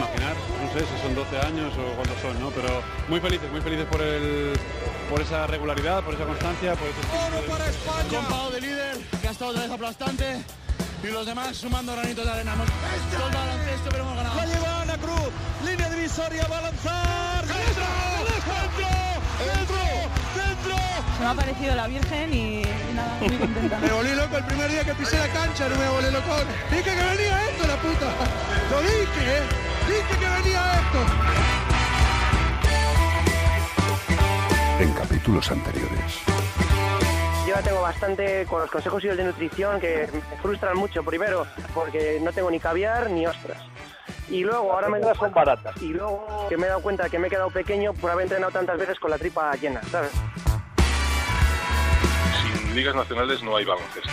imaginar, no sé si son 12 años o cuántos son, ¿no? Pero muy felices por esa regularidad, por esa constancia, por ese ¡Oro para España! Con Pau de líder, que ha estado otra vez aplastante, y los demás sumando granitos de arena. Hemos todo el baloncesto, pero hemos ganado. La lleva Ana Cruz, línea divisoria, va a lanzar. ¡Dentro! Se me ha parecido la Virgen y nada, muy contenta. Me volví loco el primer día que pisé la cancha, no me volví loco. Dije que venía esto, la puta. Lo dije, dije que venía esto. En capítulos anteriores. Yo ya tengo bastante con los consejos y de nutrición que me frustran mucho. Primero, porque no tengo ni caviar ni ostras. Y luego, ahora son baratas. Y luego que me he dado cuenta que me he quedado pequeño por haber entrenado tantas veces con la tripa llena, ¿sabes? Sin ligas nacionales no hay baloncesto.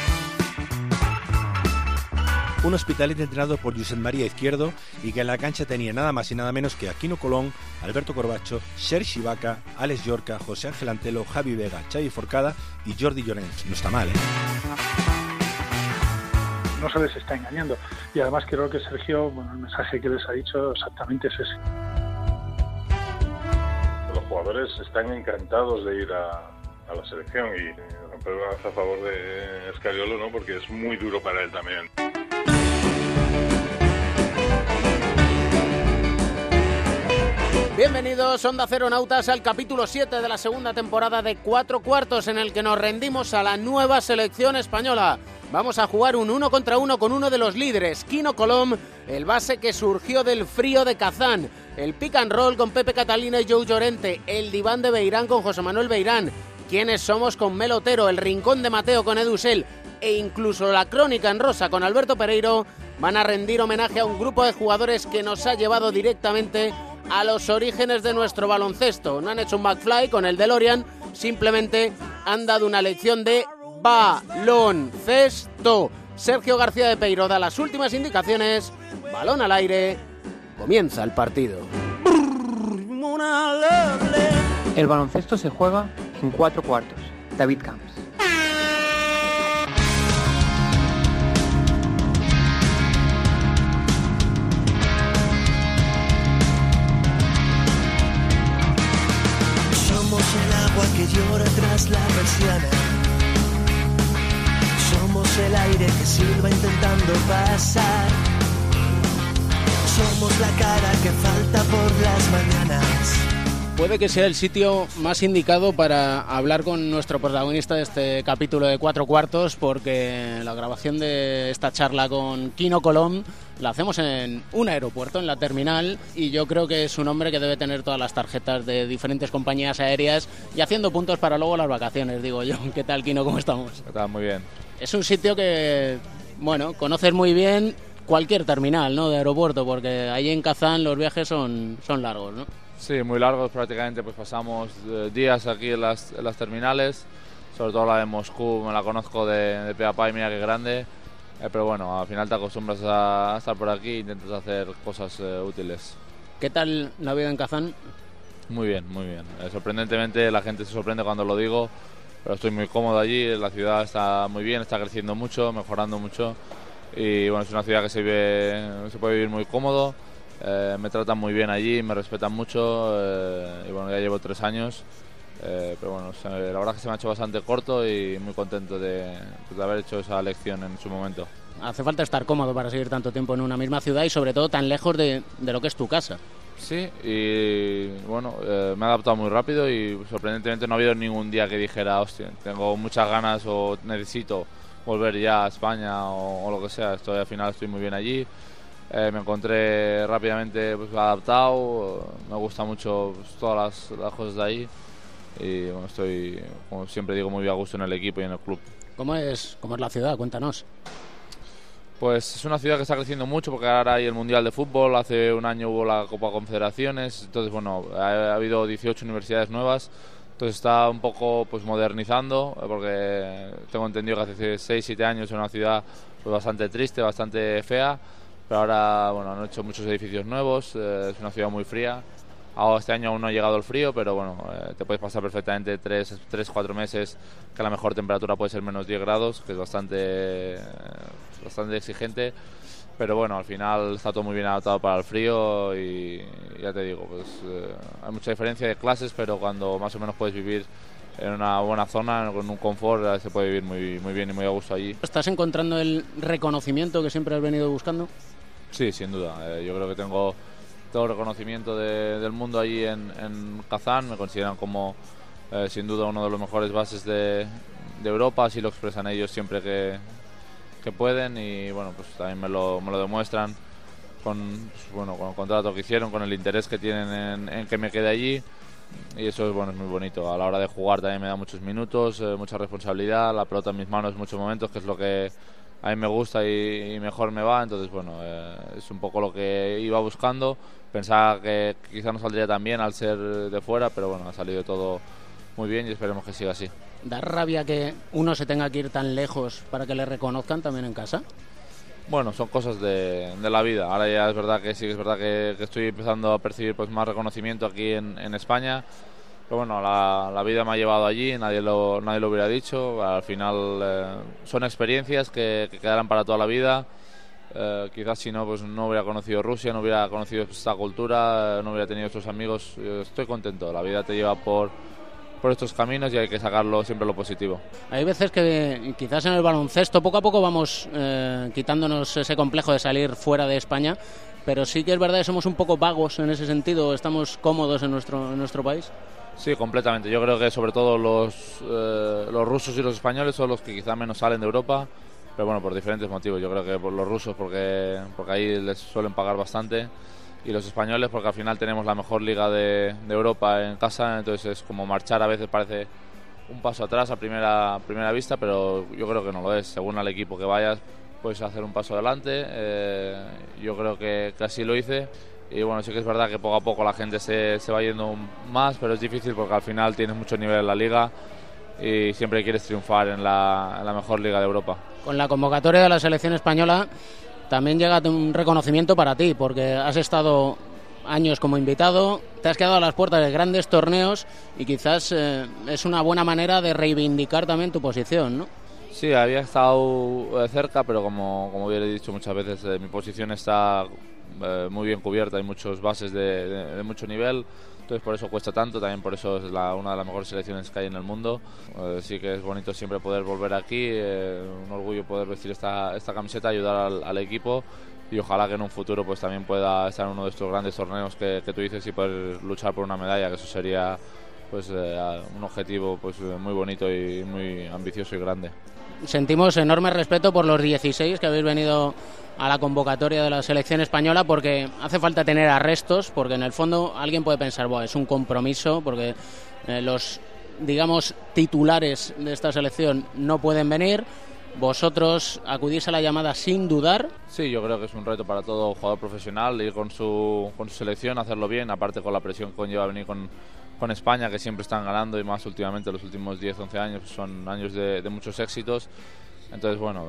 Un Hospitalet entrenado por Josep María Izquierdo y que en la cancha tenía nada más y nada menos que Aquino Colón, Alberto Corbacho, Sergi Ibaka, Alex Llorca, José Ángel Antelo, Javi Vega, Xavi Forcada y Jordi Llorens. No está mal, ¿eh? No se les está engañando. Y además creo que Sergio, el mensaje que les ha dicho exactamente es ese. Los jugadores están encantados de ir a la selección y romper una lanza a favor de Scariolo, ¿no? Porque es muy duro para él también. Bienvenidos, Onda Cero Nautas, al capítulo 7 de la segunda temporada de 4 cuartos, en el que nos rendimos a la nueva selección española. Vamos a jugar un 1 contra 1 con uno de los líderes, Quino Colom, el base que surgió del frío de Kazán, el pick and roll con Pepe Catalina y Joe Llorente, el diván de Beirán con José Manuel Beirán, quiénes somos con Mel Otero, el rincón de Mateo con Edu Sel e incluso la crónica en rosa con Alberto Pereiro, van a rendir homenaje a un grupo de jugadores que nos ha llevado directamente a los orígenes de nuestro baloncesto. No han hecho un McFly con el DeLorean, simplemente han dado una lección de baloncesto. Sergio García de Peiro da las últimas indicaciones, balón al aire, comienza el partido. El baloncesto se juega en 4 cuartos. David Camps. El agua que llora tras la persiana. Somos el aire que silba intentando pasar. Somos la cara que falta por las mañanas. Puede que sea el sitio más indicado para hablar con nuestro protagonista de este capítulo de 4 cuartos, porque la grabación de esta charla con Quino Colom la hacemos en un aeropuerto, en la terminal, y yo creo que es un hombre que debe tener todas las tarjetas de diferentes compañías aéreas y haciendo puntos para luego las vacaciones, digo yo. ¿Qué tal, Quino? ¿Cómo estamos? ¿Qué tal? Muy bien. Es un sitio que, bueno, conoces muy bien cualquier terminal, ¿no?, de aeropuerto, porque ahí en Kazán los viajes son largos, ¿no? Sí, muy largos, prácticamente pues pasamos días aquí en las terminales, sobre todo la de Moscú, me la conozco de pe a pa y mira qué grande, pero bueno, al final te acostumbras a estar por aquí e intentas hacer cosas útiles. ¿Qué tal la vida en Kazán? Muy bien, muy bien. Sorprendentemente la gente se sorprende cuando lo digo, pero estoy muy cómodo allí, la ciudad está muy bien, está creciendo mucho, mejorando mucho y bueno, es una ciudad que se puede vivir muy cómodo. Me tratan muy bien allí, me respetan mucho y bueno, ya llevo 3 años, pero bueno, la verdad es que se me ha hecho bastante corto y muy contento de haber hecho esa elección en su momento. Hace falta estar cómodo para seguir tanto tiempo en una misma ciudad y sobre todo tan lejos de lo que es tu casa. Sí, y bueno, me he adaptado muy rápido y sorprendentemente no ha habido ningún día que dijera, hostia, tengo muchas ganas o necesito volver ya a España o lo que sea. Al final estoy muy bien allí. Me encontré rápidamente pues, adaptado, me gusta mucho pues, todas las cosas de ahí y bueno, estoy, como siempre digo, muy a gusto en el equipo y en el club. ¿Cómo es la ciudad? Cuéntanos. Pues es una ciudad que está creciendo mucho porque ahora hay el Mundial de Fútbol, hace un año hubo la Copa Confederaciones, entonces bueno, ha habido 18 universidades nuevas, entonces está un poco pues modernizando porque tengo entendido que hace 6-7 años era una ciudad pues, bastante triste, bastante fea. Pero ahora bueno, han hecho muchos edificios nuevos, es una ciudad muy fría. Ahora este año aún no ha llegado el frío, pero bueno, te puedes pasar perfectamente 3-4 meses que la mejor temperatura puede ser menos 10 grados, que es bastante exigente. pero bueno, al final está todo muy bien adaptado para el frío y ya te digo, pues hay mucha diferencia de clases, pero cuando más o menos puedes vivir en una buena zona, con un confort, se puede vivir muy bien y muy a gusto allí. ¿Estás encontrando el reconocimiento que siempre has venido buscando? Sí, sin duda. Yo creo que tengo todo el reconocimiento del mundo allí en Kazán. Me consideran como sin duda uno de los mejores bases de Europa, así lo expresan ellos siempre que pueden, y bueno, pues también me lo demuestran con el contrato que hicieron, con el interés que tienen en que me quede allí, y eso es muy bonito. A la hora de jugar también me da muchos minutos, mucha responsabilidad, la pelota en mis manos en muchos momentos, que es lo que a mí me gusta y mejor me va. Entonces es un poco lo que iba buscando. Pensaba que quizá no saldría tan bien al ser de fuera, pero bueno, ha salido todo muy bien y esperemos que siga así. ¿Da rabia que uno se tenga que ir tan lejos para que le reconozcan también en casa? Bueno, son cosas de la vida. Ahora ya es verdad que sí, es verdad que estoy empezando a percibir pues más reconocimiento aquí en España. Pero bueno, la vida me ha llevado allí, nadie lo hubiera dicho. Al final son experiencias que quedarán para toda la vida. Quizás si no, pues no hubiera conocido Rusia, no hubiera conocido esta cultura, no hubiera tenido estos amigos. Estoy contento, la vida te lleva por estos caminos y hay que sacarlo siempre lo positivo. Hay veces que quizás en el baloncesto poco a poco vamos quitándonos ese complejo de salir fuera de España, pero sí que es verdad que somos un poco vagos en ese sentido, estamos cómodos en nuestro país. Sí, completamente. Yo creo que sobre todo los rusos y los españoles son los que quizá menos salen de Europa, pero bueno, por diferentes motivos. Yo creo que por los rusos porque ahí les suelen pagar bastante, y los españoles porque al final tenemos la mejor liga de Europa en casa, entonces es como marchar, a veces parece un paso atrás a primera vista, pero yo creo que no lo es. Según al equipo que vayas puedes hacer un paso adelante. Yo creo que así lo hice, y bueno, sí que es verdad que poco a poco la gente se va yendo más, pero es difícil porque al final tienes mucho nivel en la liga y siempre quieres triunfar en la mejor liga de Europa. Con la convocatoria de la selección española también llega un reconocimiento para ti, porque has estado años como invitado, te has quedado a las puertas de grandes torneos y quizás es una buena manera de reivindicar también tu posición, ¿no? Sí, había estado cerca, pero como bien he dicho muchas veces, mi posición está muy bien cubierta, hay muchos bases de mucho nivel, entonces por eso cuesta tanto, también por eso es una de las mejores selecciones que hay en el mundo. Sí que es bonito siempre poder volver aquí, un orgullo poder vestir esta camiseta, ayudar al equipo, y ojalá que en un futuro pues también pueda estar en uno de estos grandes torneos que tú dices y poder luchar por una medalla, que eso sería pues un objetivo pues muy bonito y muy ambicioso y grande. Sentimos enorme respeto por los 16 que habéis venido a la convocatoria de la selección española, porque hace falta tener arrestos, porque en el fondo alguien puede pensar, es un compromiso, porque los, digamos, titulares de esta selección no pueden venir. ¿Vosotros acudís a la llamada sin dudar? Sí, yo creo que es un reto para todo jugador profesional ir con su selección, hacerlo bien, aparte con la presión que conlleva venir con España, que siempre están ganando, y más últimamente los últimos 10-11 años son años de muchos éxitos. Entonces bueno,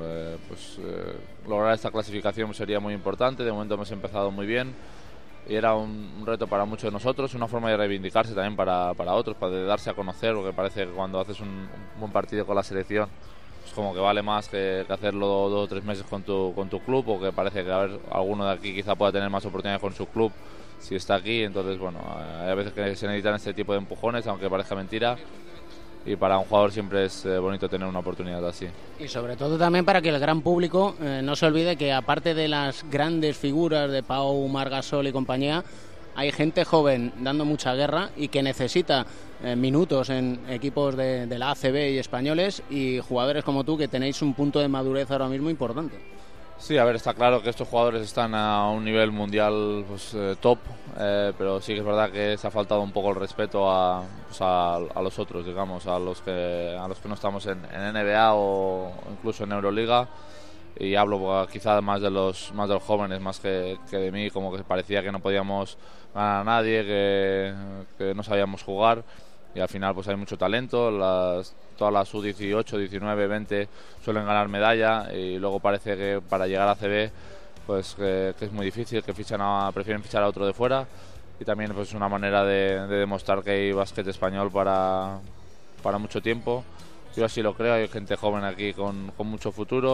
lograr esta clasificación sería muy importante. De momento hemos empezado muy bien y era un reto para muchos de nosotros, una forma de reivindicarse también para otros, para darse a conocer, porque parece que cuando haces un buen partido con la selección es como que vale más que hacerlo 2 o 3 meses con tu club, o que parece que alguno de aquí quizá pueda tener más oportunidades con su club si está aquí. Entonces bueno, hay veces que se necesitan este tipo de empujones, aunque parezca mentira, y para un jugador siempre es bonito tener una oportunidad así. Y sobre todo también para que el gran público no se olvide que aparte de las grandes figuras de Pau, Margasol y compañía, hay gente joven dando mucha guerra y que necesita minutos en equipos de la ACB y españoles, y jugadores como tú que tenéis un punto de madurez ahora mismo importante. Sí, a ver, está claro que estos jugadores están a un nivel mundial pues, top, pero sí que es verdad que se ha faltado un poco el respeto a los otros, digamos, a los que no estamos en NBA o incluso en Euroliga. Y hablo quizá más de los jóvenes más que de mí, como que parecía que no podíamos ganar a nadie, que no sabíamos jugar, y al final pues hay mucho talento. Todas las U18, 19, 20 suelen ganar medalla, y luego parece que para llegar a CB pues que es muy difícil, que prefieren fichar a otro de fuera, y también pues es una manera de demostrar que hay básquet español para mucho tiempo. Yo así lo creo, hay gente joven aquí con mucho futuro,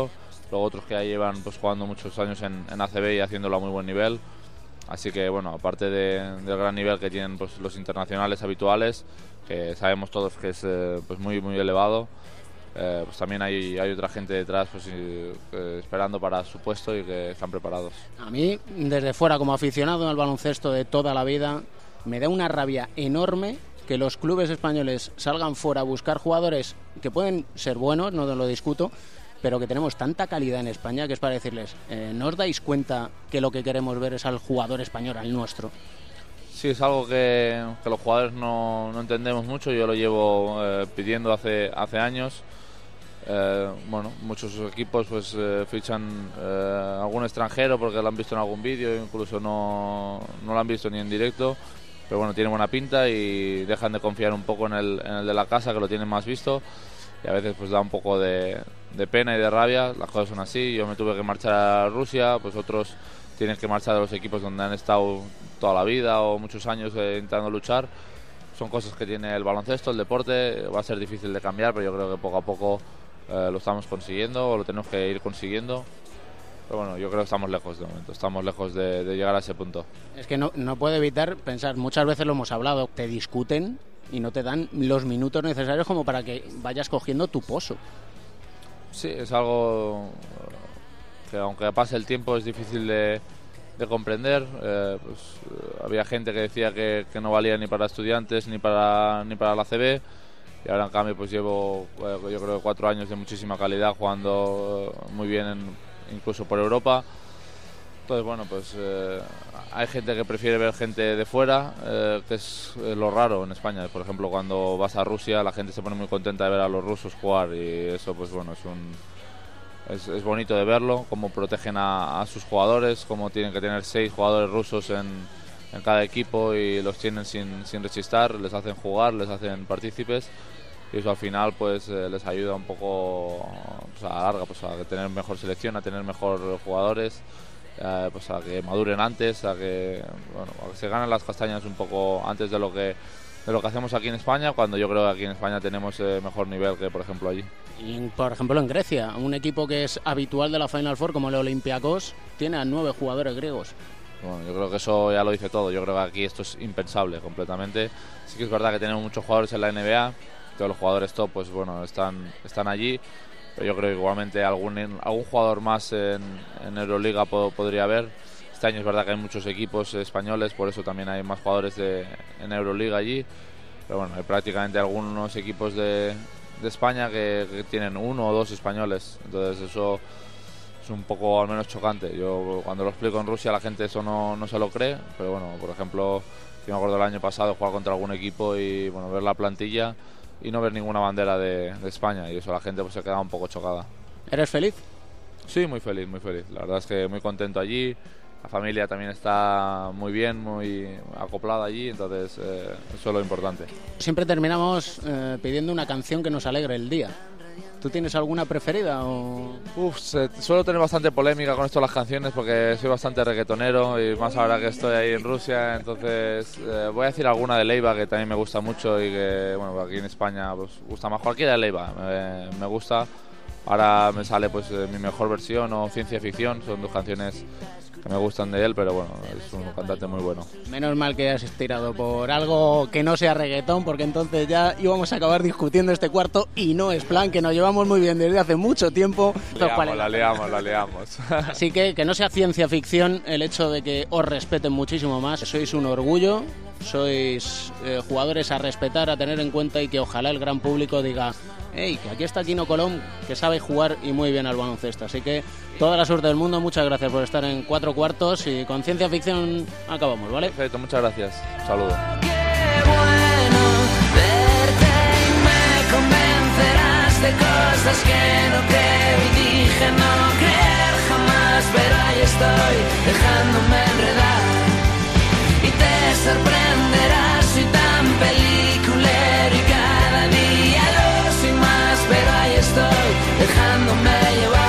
luego otros que ya llevan pues jugando muchos años en ACB y haciéndolo a muy buen nivel. Así que bueno, aparte del gran nivel que tienen pues los internacionales habituales, que sabemos todos que es pues muy elevado, pues también hay otra gente detrás pues, esperando para su puesto y que están preparados. A mí, desde fuera, como aficionado al baloncesto de toda la vida, me da una rabia enorme que los clubes españoles salgan fuera a buscar jugadores que pueden ser buenos, no lo discuto, pero que tenemos tanta calidad en España que es para decirles, ¿no os dais cuenta que lo que queremos ver es al jugador español, al nuestro? Sí, es algo que los jugadores no entendemos mucho. Yo lo llevo pidiendo hace años. Bueno, muchos equipos pues fichan algún extranjero porque lo han visto en algún vídeo, incluso no lo han visto ni en directo, pero bueno, tiene buena pinta y dejan de confiar un poco en el de la casa, que lo tienen más visto, y a veces pues da un poco de pena y de rabia. Las cosas son así. Yo me tuve que marchar a Rusia, pues otros tienen que marchar de los equipos donde han estado toda la vida o muchos años intentando luchar. Son cosas que tiene el baloncesto, el deporte. Va a ser difícil de cambiar, pero yo creo que poco a poco lo estamos consiguiendo, o lo tenemos que ir consiguiendo. Pero bueno, yo creo que estamos lejos de momento, estamos lejos de llegar a ese punto. Es que no puedo evitar pensar, muchas veces lo hemos hablado, te discuten y no te dan los minutos necesarios como para que vayas cogiendo tu pozo. Sí, es algo que aunque pase el tiempo es difícil de comprender. Había gente que decía que no valía ni para estudiantes ni para la ACB, y ahora en cambio pues llevo yo creo 4 años de muchísima calidad jugando muy bien incluso por Europa. Entonces bueno, pues hay gente que prefiere ver gente de fuera, que es lo raro en España. Por ejemplo, cuando vas a Rusia la gente se pone muy contenta de ver a los rusos jugar, y eso pues bueno, es bonito de verlo, cómo protegen a sus jugadores, cómo tienen que tener 6 jugadores rusos en cada equipo y los tienen sin rechistar, les hacen jugar, les hacen partícipes, y eso al final pues les ayuda un poco pues, a la larga pues, a tener mejor selección, a tener mejor jugadores, pues a que maduren antes, a que se ganen las castañas un poco antes de lo que hacemos aquí en España, cuando yo creo que aquí en España tenemos mejor nivel que por ejemplo allí. Y por ejemplo en Grecia, un equipo que es habitual de la Final Four como el Olympiacos tiene a 9 jugadores griegos. Bueno, yo creo que eso ya lo dice todo. Yo creo que aquí esto es impensable completamente. Sí que es verdad que tenemos muchos jugadores en la NBA, todos los jugadores top pues bueno están allí, pero yo creo que igualmente algún jugador más en Euroliga podría haber. Este año es verdad que hay muchos equipos españoles, por eso también hay más jugadores en Euroliga allí, pero bueno, hay prácticamente algunos equipos de España que tienen 1 o 2 españoles, entonces eso es un poco al menos chocante. Yo cuando lo explico en Rusia la gente eso no se lo cree, pero bueno, por ejemplo, yo me acuerdo el año pasado jugar contra algún equipo y bueno, ver la plantilla y no ver ninguna bandera de España, y eso la gente pues se queda un poco chocada. ¿Eres feliz? Sí, muy feliz, muy feliz. La verdad es que muy contento allí. La familia también está muy bien, muy acoplada allí, entonces eso es lo importante. Siempre terminamos pidiendo una canción que nos alegre el día. ¿Tú tienes alguna preferida? Suelo tener bastante polémica con esto de las canciones porque soy bastante reggaetonero, y más ahora que estoy ahí en Rusia, entonces voy a decir alguna de Leiva que también me gusta mucho y que bueno, aquí en España pues gusta más. Cualquiera de Leiva me gusta. Ahora me sale pues mi mejor versión o Ciencia Ficción, son 2 canciones que me gustan de él, pero bueno, es un cantante muy bueno. Menos mal que has tirado por algo que no sea reggaetón, porque entonces ya íbamos a acabar discutiendo este cuarto, y no es plan, que nos llevamos muy bien desde hace mucho tiempo. La liamos. Así que no sea ciencia ficción el hecho de que os respeten muchísimo más. Sois un orgullo, sois jugadores a respetar, a tener en cuenta, y que ojalá el gran público diga: hey, que aquí está Kino Colom, que sabe jugar y muy bien al baloncesto. Así que toda la suerte del mundo, muchas gracias por estar en 4 cuartos, y con ciencia ficción acabamos, ¿vale? Perfecto, muchas gracias. Un saludo. Qué bueno verte, y me convencerás de cosas que no creo, y dije no creer jamás, pero ahí estoy, dejándome enredar, y te sorprenderás, soy tan peliculero y cada día lo soy más, pero ahí estoy, dejándome llevar.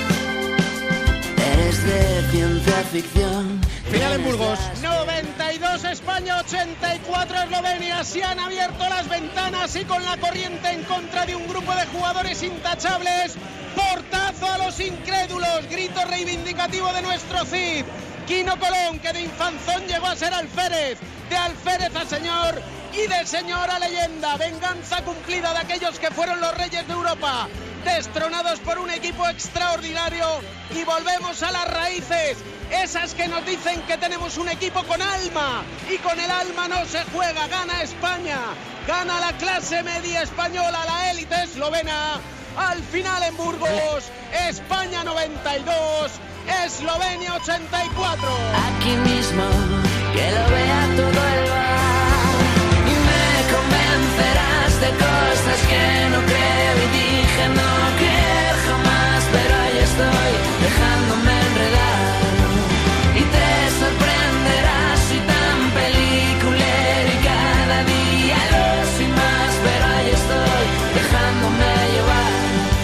Eres de ciencia ficción. Final en Burgos, 92 82 España, 84 Eslovenia. Se han abierto las ventanas y con la corriente en contra de un grupo de jugadores intachables. Portazo a los incrédulos, grito reivindicativo de nuestro Cid. Quino Colom, que de infanzón llegó a ser alférez, de alférez a señor y de señor a leyenda. Venganza cumplida de aquellos que fueron los reyes de Europa, destronados por un equipo extraordinario. Y volvemos a las raíces, esas que nos dicen que tenemos un equipo con alma, y con el alma no se juega. Gana España, gana la clase media española, la élite eslovena. Al final en Burgos, España 92, Eslovenia 84. Aquí mismo, que lo vea todo el bar, y me convencerás de cosas que no creo y dije no creer jamás, pero ahí estoy dejándome enredar y te sorprenderás. Soy tan peliculero y cada día lo soy más, pero ahí estoy dejándome llevar.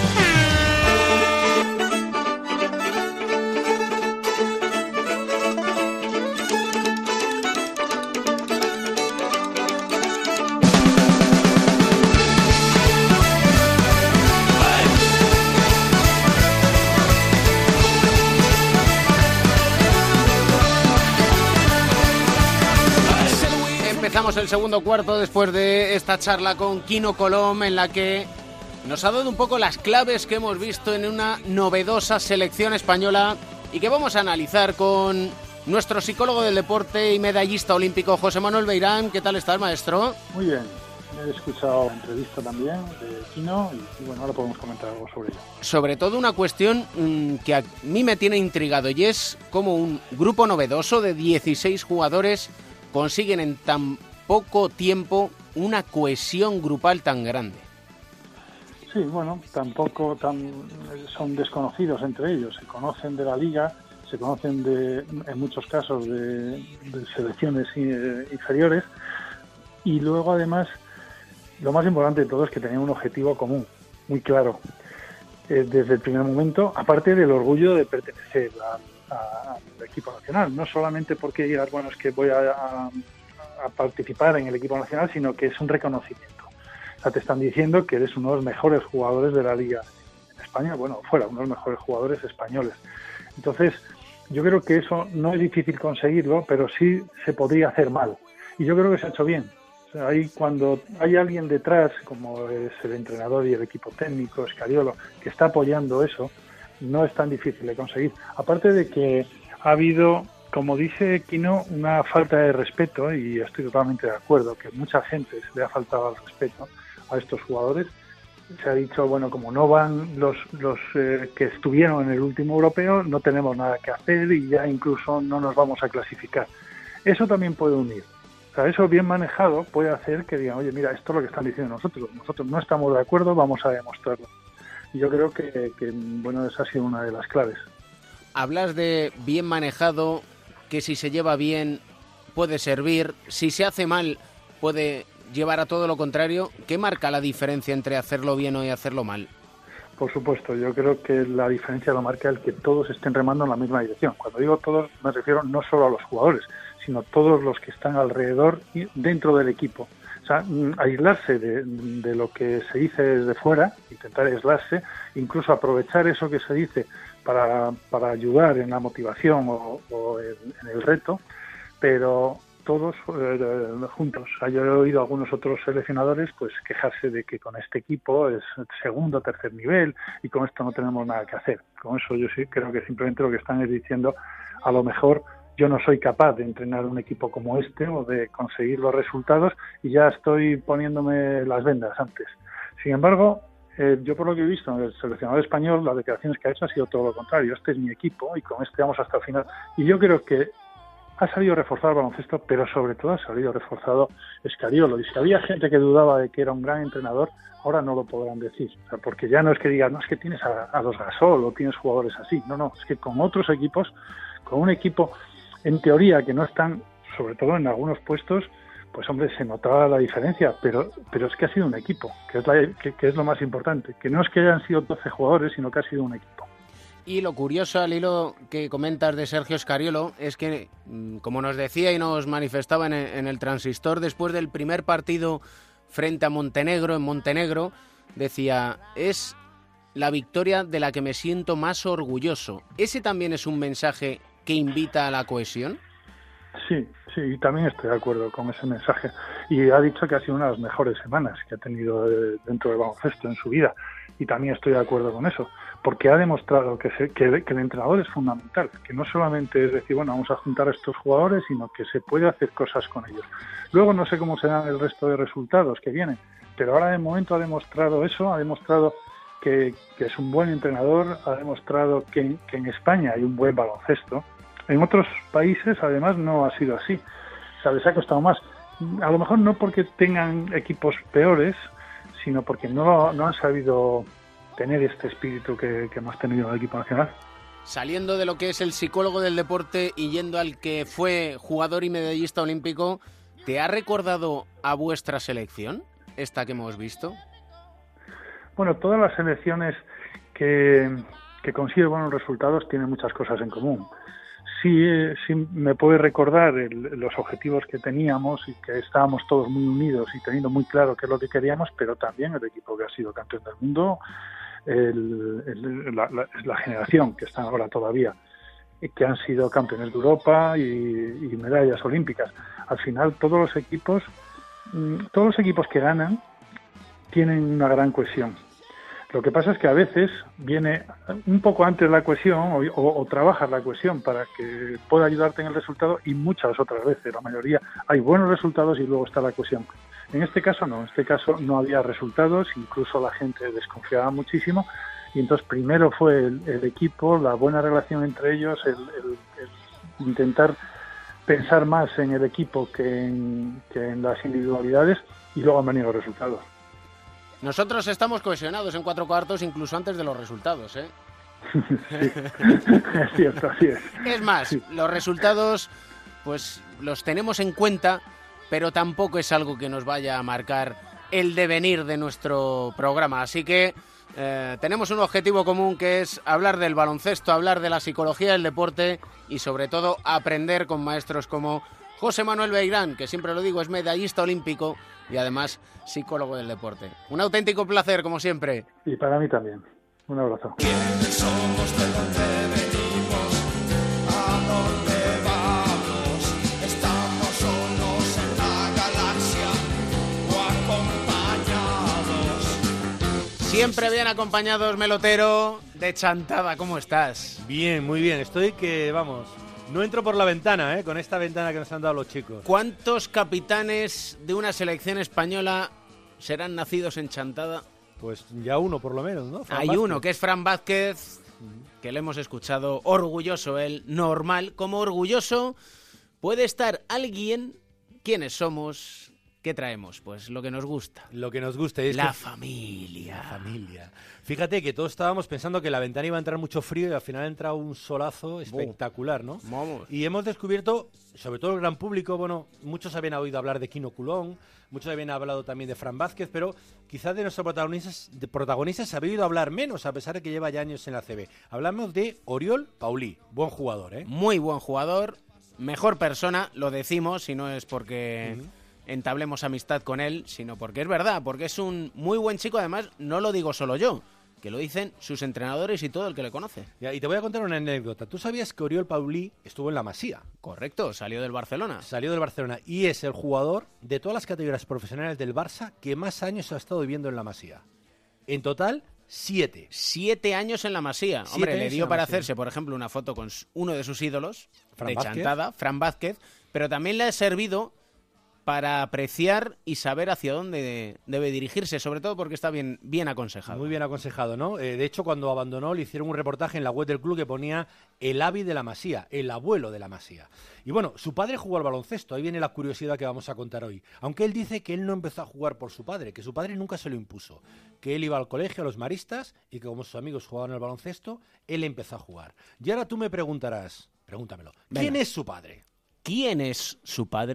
Empezamos el segundo cuarto después de esta charla con Quino Colom, en la que nos ha dado un poco las claves que hemos visto en una novedosa selección española y que vamos a analizar con nuestro psicólogo del deporte y medallista olímpico José Manuel Beirán. ¿Qué tal estás, maestro? Muy bien, he escuchado la entrevista también de Quino y bueno, ahora podemos comentar algo sobre ello. Sobre todo una cuestión que a mí me tiene intrigado, y es cómo un grupo novedoso de 16 jugadores consiguen en tan poco tiempo una cohesión grupal tan grande. Sí, bueno, tampoco son desconocidos entre ellos, se conocen de la liga, se conocen en muchos casos de selecciones inferiores, y luego además lo más importante de todo es que tenían un objetivo común, muy claro, desde el primer momento, aparte del orgullo de pertenecer al equipo nacional, no solamente porque digas, bueno, es que voy a participar en el equipo nacional, sino que es un reconocimiento. O sea, te están diciendo que eres uno de los mejores jugadores de la liga en España, bueno, fuera, uno de los mejores jugadores españoles. Entonces, yo creo que eso no es difícil conseguirlo, pero sí se podría hacer mal. Y yo creo que se ha hecho bien. O sea, cuando hay alguien detrás, como es el entrenador y el equipo técnico, Scariolo, que está apoyando eso, no es tan difícil de conseguir. Aparte de que ha habido, como dice Quino, una falta de respeto, y estoy totalmente de acuerdo, que mucha gente le ha faltado el respeto a estos jugadores. Se ha dicho, bueno, como no van los que estuvieron en el último europeo, no tenemos nada que hacer y ya incluso no nos vamos a clasificar. Eso también puede unir. O sea, eso bien manejado puede hacer que digan, oye, mira, esto es lo que están diciendo nosotros no estamos de acuerdo, vamos a demostrarlo. Y yo creo que bueno, esa ha sido una de las claves. Hablas de bien manejado, que si se lleva bien puede servir, si se hace mal puede llevar a todo lo contrario. ¿Qué marca la diferencia entre hacerlo bien y hacerlo mal? Por supuesto, yo creo que la diferencia lo marca el que todos estén remando en la misma dirección. Cuando digo todos, me refiero no solo a los jugadores, sino todos los que están alrededor y dentro del equipo. O sea, aislarse de lo que se dice desde fuera, intentar aislarse, incluso aprovechar eso que se dice para ayudar en la motivación o en el reto, pero todos juntos. O sea, yo he oído a algunos otros seleccionadores pues quejarse de que con este equipo es segundo, tercer nivel y con esto no tenemos nada que hacer. Con eso yo sí creo que simplemente lo que están es diciendo, a lo mejor yo no soy capaz de entrenar un equipo como este o de conseguir los resultados y ya estoy poniéndome las vendas antes. Sin embargo, yo por lo que he visto en el seleccionador español, las declaraciones que ha hecho ha sido todo lo contrario. Este es mi equipo y con este vamos hasta el final. Y yo creo que ha salido reforzado el baloncesto, pero sobre todo ha salido reforzado Scariolo. Y si había gente que dudaba de que era un gran entrenador, ahora no lo podrán decir. O sea, porque ya no es que digan, no es que tienes a los Gasol o tienes jugadores así. No, es que con otros equipos, con un equipo en teoría que no están, sobre todo en algunos puestos, pues hombre, se notaba la diferencia, pero es que ha sido un equipo, que es lo más importante, que no es que hayan sido 12 jugadores, sino que ha sido un equipo. Y lo curioso al hilo que comentas de Sergio Scariolo es que, como nos decía y nos manifestaba en el Transistor, después del primer partido frente a Montenegro, en Montenegro, decía, es la victoria de la que me siento más orgulloso. ¿Ese también es un mensaje que invita a la cohesión? Sí, también estoy de acuerdo con ese mensaje. Y ha dicho que ha sido una de las mejores semanas que ha tenido dentro del baloncesto en su vida. Y también estoy de acuerdo con eso, porque ha demostrado que el entrenador es fundamental, que no solamente es decir, bueno, vamos a juntar a estos jugadores, sino que se puede hacer cosas con ellos. Luego no sé cómo serán el resto de resultados que vienen, pero ahora de momento ha demostrado eso, ha demostrado que es un buen entrenador, ha demostrado que en España hay un buen baloncesto. En otros países, además, no ha sido así. O sea, les ha costado más. A lo mejor no porque tengan equipos peores, sino porque no han sabido tener este espíritu que hemos tenido en el equipo nacional. Saliendo de lo que es el psicólogo del deporte y yendo al que fue jugador y medallista olímpico, ¿te ha recordado a vuestra selección, esta que hemos visto? Bueno, todas las selecciones que consiguen buenos resultados tienen muchas cosas en común. Sí me puede recordar los objetivos que teníamos y que estábamos todos muy unidos y teniendo muy claro qué es lo que queríamos, pero también el equipo que ha sido campeón del mundo, la generación que está ahora todavía, que han sido campeones de Europa y medallas olímpicas. Al final todos los equipos que ganan tienen una gran cohesión. Lo que pasa es que a veces viene un poco antes la cohesión o trabajas la cohesión para que pueda ayudarte en el resultado, y muchas otras veces, la mayoría, hay buenos resultados y luego está la cohesión. En este caso no, no había resultados, incluso la gente desconfiaba muchísimo, y entonces primero fue el equipo, la buena relación entre ellos, el intentar pensar más en el equipo que en las individualidades, y luego han venido los resultados. Nosotros estamos cohesionados en 4 cuartos incluso antes de los resultados, ¿eh? Sí, es cierto, así es. Es más, sí. Los resultados pues los tenemos en cuenta, pero tampoco es algo que nos vaya a marcar el devenir de nuestro programa. Así que tenemos un objetivo común, que es hablar del baloncesto, hablar de la psicología del deporte y sobre todo aprender con maestros como José Manuel Beirán, que siempre lo digo, es medallista olímpico y además psicólogo del deporte. Un auténtico placer, como siempre. Y para mí también. Un abrazo. ¿Quiénes somos? ¿De dónde venimos? ¿A dónde vamos? ¿Estamos solos en la galaxia o acompañados? Siempre bien acompañados, Melotero, de Chantada. ¿Cómo estás? Bien, muy bien. Estoy que, vamos... No entro por la ventana, con esta ventana que nos han dado los chicos. ¿Cuántos capitanes de una selección española serán nacidos en Chantada? Pues ya uno por lo menos, ¿no? Hay Vázquez. Uno, que es Fran Vázquez, que le hemos escuchado orgulloso él, normal. Como orgulloso puede estar alguien. ¿Quiénes somos? ¿Qué traemos? Pues lo que nos gusta. Lo que nos gusta es la familia. La familia. Fíjate que todos estábamos pensando que la ventana iba a entrar mucho frío y al final ha entrado un solazo espectacular, ¿no? Vamos. Y hemos descubierto, sobre todo el gran público, bueno, muchos habían oído hablar de Quino Coulomb, muchos habían hablado también de Fran Vázquez, pero quizás de nuestros protagonistas se ha oído hablar menos, a pesar de que lleva ya años en la CB. Hablamos de Oriol Paulí, buen jugador, ¿eh? Muy buen jugador, mejor persona, lo decimos, si no es porque... entablemos amistad con él, sino porque es verdad, porque es un muy buen chico. Además, no lo digo solo yo, que lo dicen sus entrenadores y todo el que le conoce. Ya, y te voy a contar una anécdota. ¿Tú sabías que Oriol Paulí estuvo en la Masía? Correcto, salió del Barcelona. Salió del Barcelona y es el jugador de todas las categorías profesionales del Barça que más años ha estado viviendo en la Masía. En total, 7. 7 años en la Masía. Hombre, le dio para hacerse, por ejemplo, una foto con uno de sus ídolos, de Chantada, Fran Vázquez, pero también le ha servido para apreciar y saber hacia dónde debe dirigirse, sobre todo porque está bien aconsejado. Muy bien aconsejado, ¿no? De hecho, cuando abandonó, le hicieron un reportaje en la web del club que ponía el Avi de la Masía, el abuelo de la Masía. Y bueno, su padre jugó al baloncesto, ahí viene la curiosidad que vamos a contar hoy. Aunque él dice que él no empezó a jugar por su padre, que su padre nunca se lo impuso, que él iba al colegio, a los maristas, y que como sus amigos jugaban al baloncesto, él empezó a jugar. Y ahora tú me preguntarás, pregúntamelo, ¿quién es su padre? ¿Quién es su padre?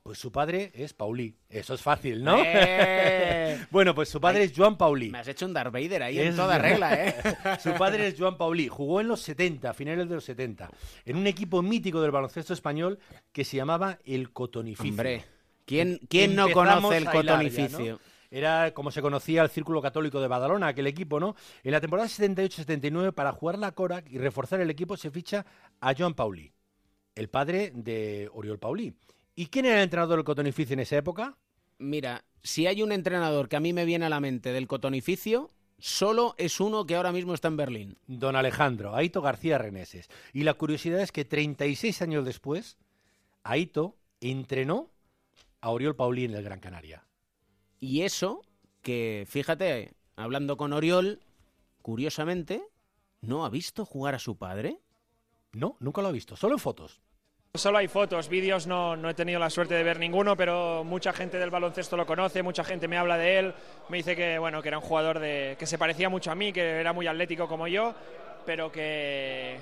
Pues su padre es Paulí. Eso es fácil, ¿no? Bueno, pues su padre es Joan Paulí. Me has hecho un Darth Vader ahí en toda regla, ¿eh? Su padre es Joan Paulí. Jugó en los 70, a finales de los 70, en un equipo mítico del baloncesto español que se llamaba el Cotonificio. Hombre, ¿quién no conoce el Cotonificio? ¿no? Era como se conocía el Círculo Católico de Badalona, aquel equipo, ¿no? En la temporada 78-79, para jugar la Corac y reforzar el equipo, se ficha a Joan Paulí, el padre de Oriol Paulí. ¿Y quién era el entrenador del Cotonificio en esa época? Mira, si hay un entrenador que a mí me viene a la mente del Cotonificio, solo es uno que ahora mismo está en Berlín. Don Alejandro, Aito García Reneses. Y la curiosidad es que 36 años después, Aito entrenó a Oriol Paulí en el Gran Canaria. Y eso, que fíjate, hablando con Oriol, curiosamente, ¿no ha visto jugar a su padre? No, nunca lo ha visto, solo en fotos. Solo hay fotos, vídeos no he tenido la suerte de ver ninguno, pero mucha gente del baloncesto lo conoce, mucha gente me habla de él, me dice que bueno, que era un jugador que se parecía mucho a mí, que era muy atlético como yo, pero que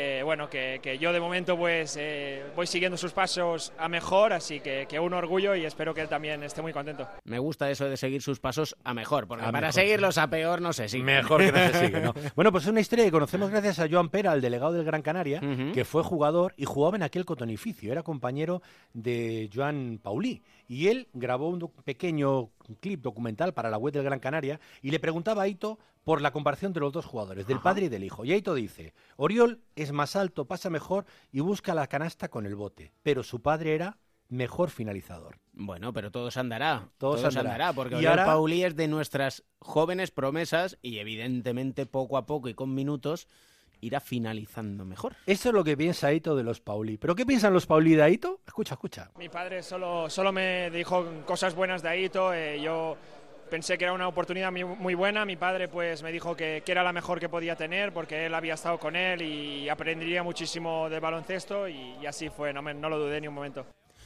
yo de momento pues voy siguiendo sus pasos a mejor, así que un orgullo y espero que él también esté muy contento. Me gusta eso de seguir sus pasos a mejor, porque para seguirlos a peor no se sigue. Mejor que no se sigue, ¿no? Bueno, pues es una historia que conocemos gracias a Joan Pera, el delegado del Gran Canaria, que fue jugador y jugaba en aquel Cotonificio, era compañero de Joan Paulí, y él grabó un pequeño clip documental para la web del Gran Canaria y le preguntaba a Aito por la comparación de los dos jugadores, del padre y del hijo. Y Aito dice, Oriol es más alto, pasa mejor y busca la canasta con el bote, pero su padre era mejor finalizador. Bueno, pero todo se andará. Todo se andará, porque Oriol Paulí es de nuestras jóvenes promesas y evidentemente poco a poco y con minutos irá finalizando mejor. Eso es lo que piensa Aito de los Paulí. ¿Pero qué piensan los Paulí de Aito? Escucha. Mi padre solo me dijo cosas buenas de Aito, yo pensé que era una oportunidad muy buena. Mi padre pues me dijo que era la mejor que podía tener porque él había estado con él y aprendería muchísimo de baloncesto y así fue, no lo dudé ni un momento.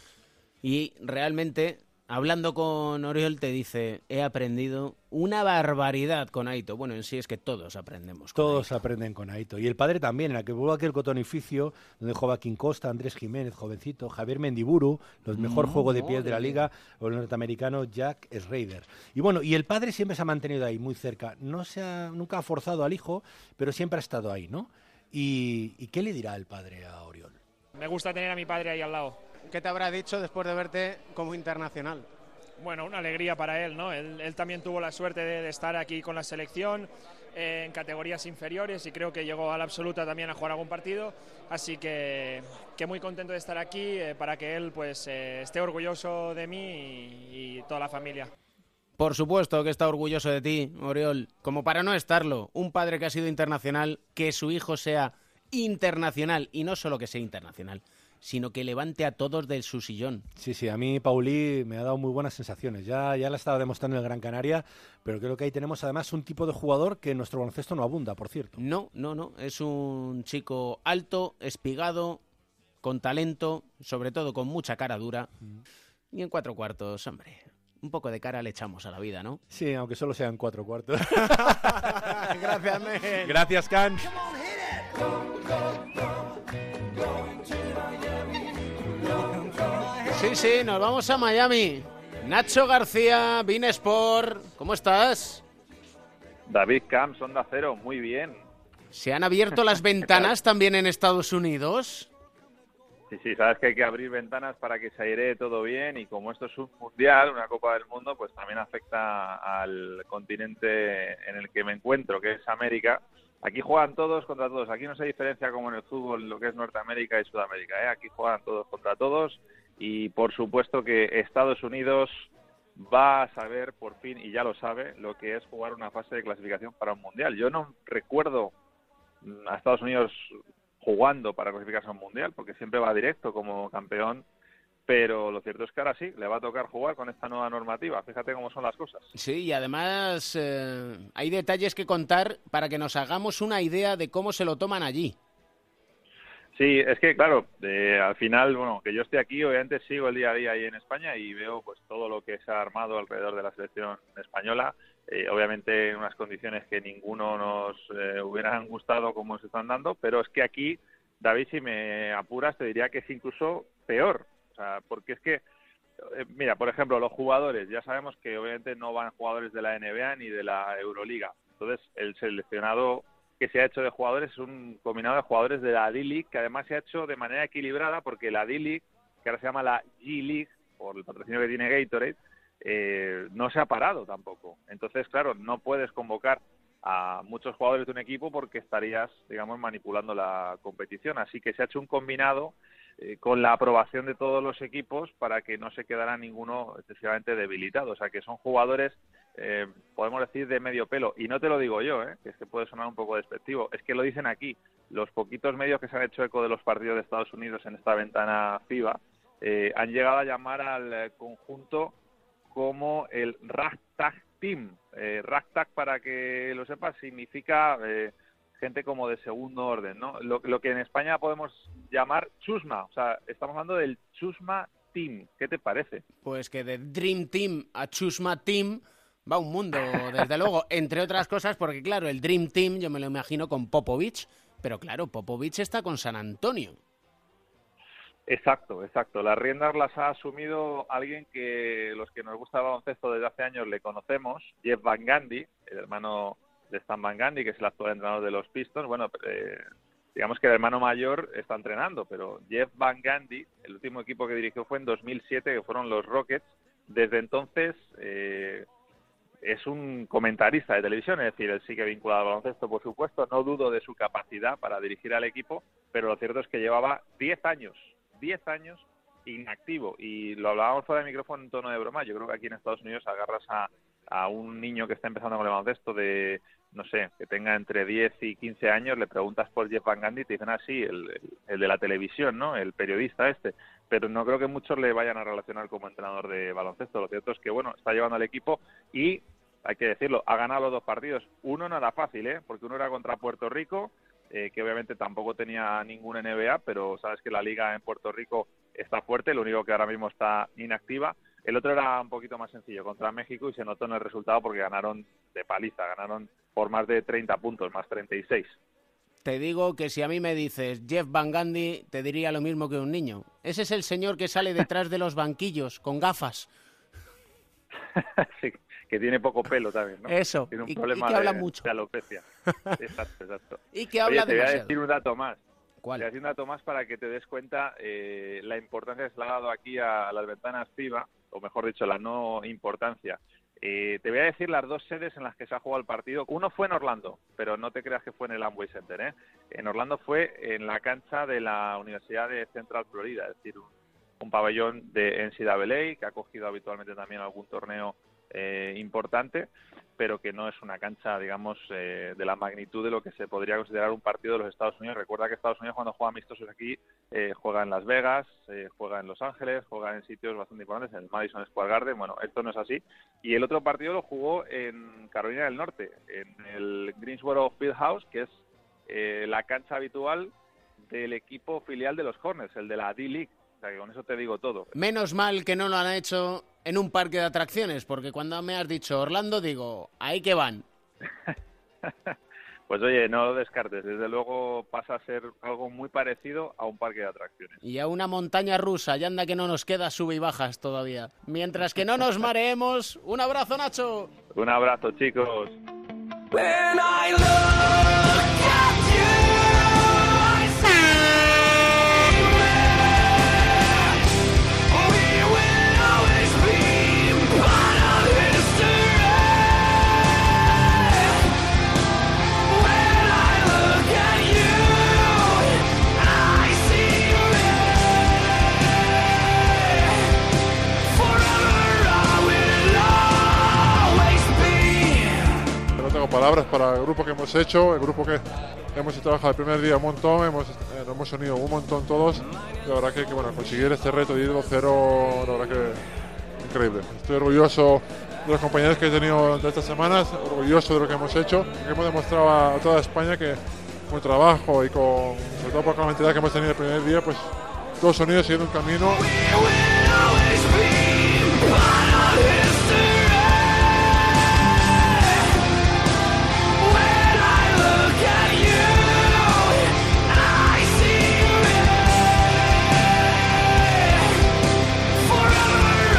Y realmente, hablando con Oriol, te dice, he aprendido una barbaridad con Aito. Bueno, en sí es que todos aprendemos con Todos Aito. aprenden con Aito. Y el padre también, en la que vuelvo aquel Cotonificio, donde jugaba Joaquín Costa, Andrés Jiménez, jovencito, Javier Mendiburu, los mejor juego de pies de la liga, o el norteamericano Jack Schrader. Y bueno, y el padre siempre se ha mantenido ahí, muy cerca. Nunca ha forzado al hijo, pero siempre ha estado ahí, ¿no? ¿Y qué le dirá el padre a Oriol? Me gusta tener a mi padre ahí al lado. ¿Qué te habrá dicho después de verte como internacional? Bueno, una alegría para él, ¿no? Él también tuvo la suerte de estar aquí con la selección en categorías inferiores y creo que llegó a la absoluta también a jugar algún partido, así que muy contento de estar aquí para que él pues esté orgulloso de mí y toda la familia. Por supuesto que está orgulloso de ti, Oriol, como para no estarlo, un padre que ha sido internacional, que su hijo sea internacional y no solo que sea internacional, sino que levante a todos de su sillón. Sí, a mí Paulí me ha dado muy buenas sensaciones. Ya la estaba demostrando en el Gran Canaria, pero creo que ahí tenemos además un tipo de jugador que en nuestro baloncesto no abunda, por cierto. No. Es un chico alto, espigado, con talento, sobre todo con mucha cara dura. Y en 4 cuartos, hombre, un poco de cara le echamos a la vida, ¿no? Sí, aunque solo sean 4 cuartos. Gracias, men. Gracias, Can. Sí, nos vamos a Miami. Nacho García, Bein Sport, ¿cómo estás? David Camps, Onda Cero, muy bien. ¿Se han abierto las ventanas también en Estados Unidos? Sí, sabes que hay que abrir ventanas para que se airee todo bien y como esto es un mundial, una Copa del Mundo, pues también afecta al continente en el que me encuentro, que es América. Aquí juegan todos contra todos, aquí no se diferencia como en el fútbol lo que es Norteamérica y Sudamérica, ¿eh? Aquí juegan todos contra todos y por supuesto que Estados Unidos va a saber por fin, y ya lo sabe, lo que es jugar una fase de clasificación para un mundial. Yo no recuerdo a Estados Unidos jugando para clasificarse a un mundial, porque siempre va directo como campeón, pero lo cierto es que ahora sí, le va a tocar jugar con esta nueva normativa. Fíjate cómo son las cosas. Sí, y además hay detalles que contar para que nos hagamos una idea de cómo se lo toman allí. Sí, es que claro, al final, bueno, que yo esté aquí, obviamente sigo el día a día ahí en España y veo pues todo lo que se ha armado alrededor de la selección española, obviamente en unas condiciones que ninguno nos hubieran gustado como se están dando, pero es que aquí, David, si me apuras, te diría que es incluso peor, o sea, porque es que Mira, por ejemplo, los jugadores, ya sabemos que obviamente no van jugadores de la NBA ni de la Euroliga. Entonces, el seleccionado que se ha hecho de jugadores es un combinado de jugadores de la D-League, que además se ha hecho de manera equilibrada, porque la D-League, que ahora se llama la G-League, por el patrocinio que tiene Gatorade, no se ha parado tampoco. Entonces, claro, no puedes convocar a muchos jugadores de un equipo porque estarías, digamos, manipulando la competición. Así que se ha hecho un combinado con la aprobación de todos los equipos para que no se quedara ninguno excesivamente debilitado. O sea, que son jugadores, podemos decir, de medio pelo. Y no te lo digo yo, que es que puede sonar un poco despectivo. Es que lo dicen aquí. Los poquitos medios que se han hecho eco de los partidos de Estados Unidos en esta ventana FIBA han llegado a llamar al conjunto como el Ragtag Team. Ragtag, para que lo sepas, significa gente como de segundo orden, ¿no? Lo que en España podemos llamar chusma. O sea, estamos hablando del Chusma Team. ¿Qué te parece? Pues que de Dream Team a Chusma Team va un mundo, desde luego. Entre otras cosas, porque claro, el Dream Team yo me lo imagino con Popovich, pero claro, Popovich está con San Antonio. Exacto. Las riendas las ha asumido alguien que los que nos gusta el baloncesto desde hace años le conocemos, Jeff Van Gundy, el hermano de Stan Van Gundy, que es el actual entrenador de los Pistons. Bueno, digamos que el hermano mayor está entrenando, pero Jeff Van Gundy, el último equipo que dirigió fue en 2007, que fueron los Rockets. Desde entonces es un comentarista de televisión, es decir, él sigue vinculado al baloncesto, por supuesto. No dudo de su capacidad para dirigir al equipo, pero lo cierto es que llevaba 10 años inactivo, y lo hablábamos fuera de micrófono en tono de broma. Yo creo que aquí en Estados Unidos agarras a un niño que está empezando con el baloncesto de, no sé, que tenga entre 10 y 15 años, le preguntas por Jeff Van Gundy y te dicen, sí, el de la televisión, ¿no? El periodista este. Pero no creo que muchos le vayan a relacionar como entrenador de baloncesto. Lo cierto es que, bueno, está llevando al equipo y, hay que decirlo, ha ganado los 2 partidos. Uno no era fácil, porque uno era contra Puerto Rico, que obviamente tampoco tenía ningún NBA, pero sabes que la liga en Puerto Rico está fuerte, lo único que ahora mismo está inactiva. El otro era un poquito más sencillo, contra México, y se notó en el resultado porque ganaron de paliza, ganaron por más de 30 puntos, más 36. Te digo que si a mí me dices Jeff Van Gundy, te diría lo mismo que un niño. Ese es el señor que sale detrás de los banquillos, con gafas. Sí, que tiene poco pelo también, ¿no? Eso, tiene un y problema que habla de mucho. alopecia. Exacto. Y que habla demasiado. Te voy a decir un dato más. ¿Cuál? Te voy a decir un dato más para que te des cuenta la importancia que se le ha dado aquí a las ventanas FIBA, o mejor dicho, la no importancia. Te voy a decir las 2 sedes en las que se ha jugado el partido. Uno fue en Orlando, pero no te creas que fue en el Amway Center, En Orlando fue en la cancha de la Universidad de Central Florida, es decir, un pabellón de NCAA que ha acogido habitualmente también algún torneo importante, pero que no es una cancha, digamos, de la magnitud de lo que se podría considerar un partido de los Estados Unidos. Recuerda que Estados Unidos, cuando juega amistosos aquí, juega en Las Vegas, juega en Los Ángeles, juega en sitios bastante importantes, en el Madison Square Garden. Bueno, esto no es así. Y el otro partido lo jugó en Carolina del Norte, en el Greensboro Fieldhouse, que es la cancha habitual del equipo filial de los Hornets, el de la D-League. O sea, que con eso te digo todo. Menos mal que no lo han hecho en un parque de atracciones, porque cuando me has dicho Orlando, digo, ahí que van. Pues oye, no lo descartes. Desde luego pasa a ser algo muy parecido a un parque de atracciones. Y a una montaña rusa, y anda que no nos queda sube y bajas todavía. Mientras que no nos mareemos, un abrazo, Nacho. Un abrazo, chicos. When I look at you, I see we will always be part of history. When I look at you, I see forever I will always be. No tengo palabras para el grupo que hemos hecho, el grupo que hemos trabajado el primer día un montón, nos hemos unido un montón todos. La verdad que bueno, conseguir este reto de ir 2-0, la verdad que increíble. Estoy orgulloso de los compañeros que he tenido durante estas semanas, orgulloso de lo que hemos hecho, que hemos demostrado a toda España que con el trabajo y sobre todo por la mentalidad que hemos tenido el primer día, pues todos unidos siguiendo un camino. Forever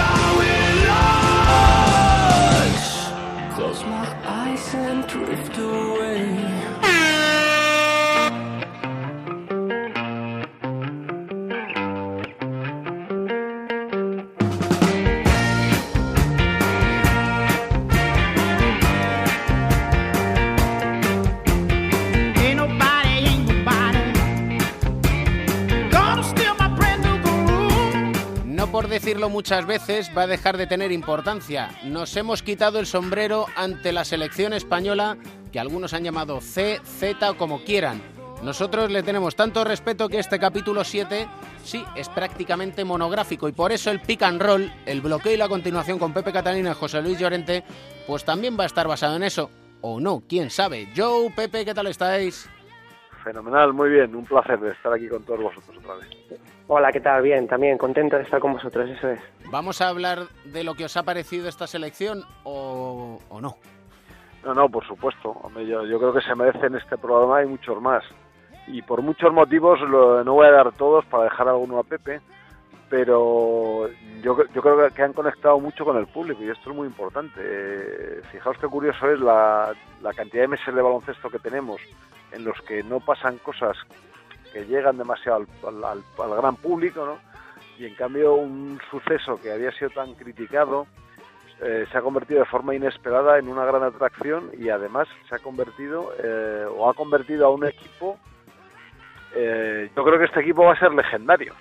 decirlo muchas veces, va a dejar de tener importancia. Nos hemos quitado el sombrero ante la selección española, que algunos han llamado C, Z o como quieran. Nosotros le tenemos tanto respeto que este capítulo 7, sí, es prácticamente monográfico, y por eso el pick and roll, el bloqueo y la continuación con Pepe Catalina y José Luis Llorente, pues también va a estar basado en eso. O no, quién sabe. Joe, Pepe, ¿qué tal estáis? Fenomenal, muy bien, un placer de estar aquí con todos vosotros otra vez. Hola, ¿qué tal? Bien, también contento de estar con vosotros, eso es. ¿Vamos a hablar de lo que os ha parecido esta selección o no? No, por supuesto. Hombre, yo creo que se merecen este programa y muchos más. Y por muchos motivos, no voy a dar todos para dejar alguno a Pepe, pero yo creo que han conectado mucho con el público y esto es muy importante. Fijaos qué curioso es la cantidad de meses de baloncesto que tenemos en los que no pasan cosas que llegan demasiado al gran público, ¿no? Y en cambio un suceso que había sido tan criticado se ha convertido de forma inesperada en una gran atracción y además se ha convertido ha convertido a un equipo. Yo creo que este equipo va a ser legendario.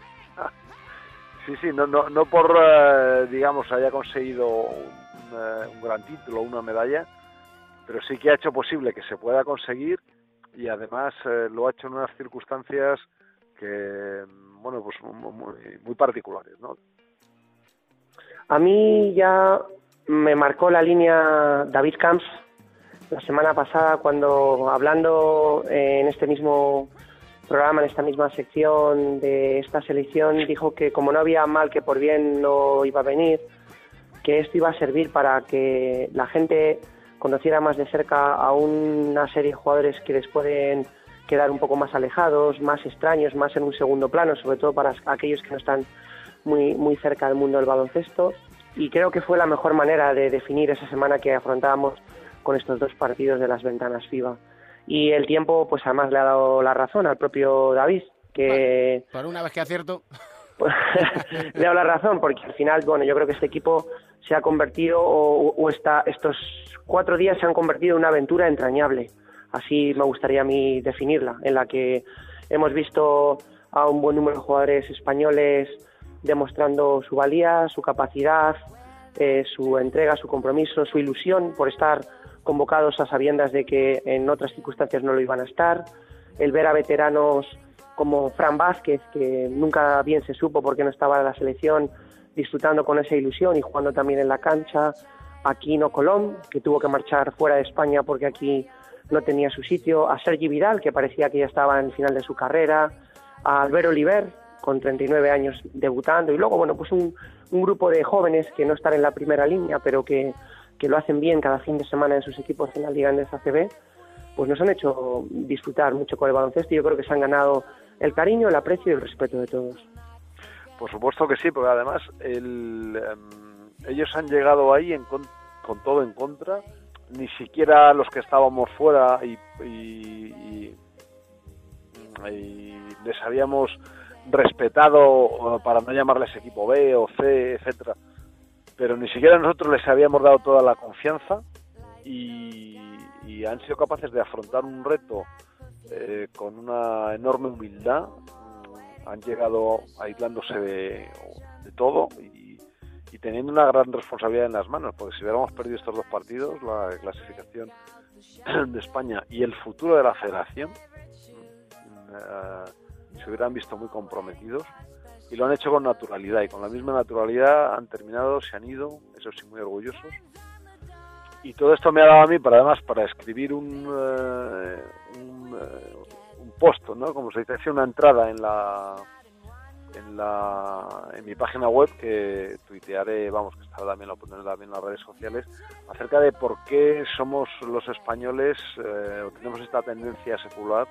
Sí, no por digamos haya conseguido un gran título, una medalla, pero sí que ha hecho posible que se pueda conseguir y además lo ha hecho en unas circunstancias que, bueno, pues muy particulares, ¿no? A mí ya me marcó la línea David Camps la semana pasada cuando, hablando en este mismo programa, en esta misma sección de esta selección, dijo que como no había mal que por bien no iba a venir, que esto iba a servir para que la gente conociera más de cerca a una serie de jugadores que les pueden quedar un poco más alejados, más extraños, más en un segundo plano, sobre todo para aquellos que no están muy cerca del mundo del baloncesto. Y creo que fue la mejor manera de definir esa semana que afrontábamos con estos dos partidos de las ventanas FIBA. Y el tiempo, pues además le ha dado la razón al propio David, que... Por una vez que acierto... le he dado la razón, porque al final, bueno, yo creo que este equipo se ha convertido, estos 4 días se han convertido en una aventura entrañable. Así me gustaría a mí definirla, en la que hemos visto a un buen número de jugadores españoles demostrando su valía, su capacidad, su entrega, su compromiso, su ilusión por estar convocados a sabiendas de que en otras circunstancias no lo iban a estar. El ver a veteranos como Fran Vázquez, que nunca bien se supo por qué no estaba en la selección, disfrutando con esa ilusión y jugando también en la cancha. A Quino Colom, que tuvo que marchar fuera de España porque aquí no tenía su sitio. A Sergi Vidal, que parecía que ya estaba en el final de su carrera. A Albert Oliver, con 39 años debutando. Y luego, bueno, pues un grupo de jóvenes que no están en la primera línea, pero que lo hacen bien cada fin de semana en sus equipos en la Liga Endesa ACB, pues nos han hecho disfrutar mucho con el baloncesto y yo creo que se han ganado el cariño, el aprecio y el respeto de todos. Por supuesto que sí, porque además ellos han llegado ahí con todo en contra, ni siquiera los que estábamos fuera y les habíamos respetado para no llamarles equipo B o C, etcétera, pero ni siquiera nosotros les habíamos dado toda la confianza y han sido capaces de afrontar un reto con una enorme humildad. Han llegado aislándose de todo y teniendo una gran responsabilidad en las manos, porque si hubiéramos perdido estos 2 partidos, la clasificación de España y el futuro de la federación, se hubieran visto muy comprometidos, y lo han hecho con naturalidad, y con la misma naturalidad han terminado, se han ido, eso sí, muy orgullosos. Y todo esto me ha dado a mí para escribir un post, ¿no? Como se dice, hacer una entrada en mi página web, que tuitearé, vamos, que estará también, lo pondré también en las redes sociales, acerca de por qué somos los españoles, o tenemos esta tendencia secular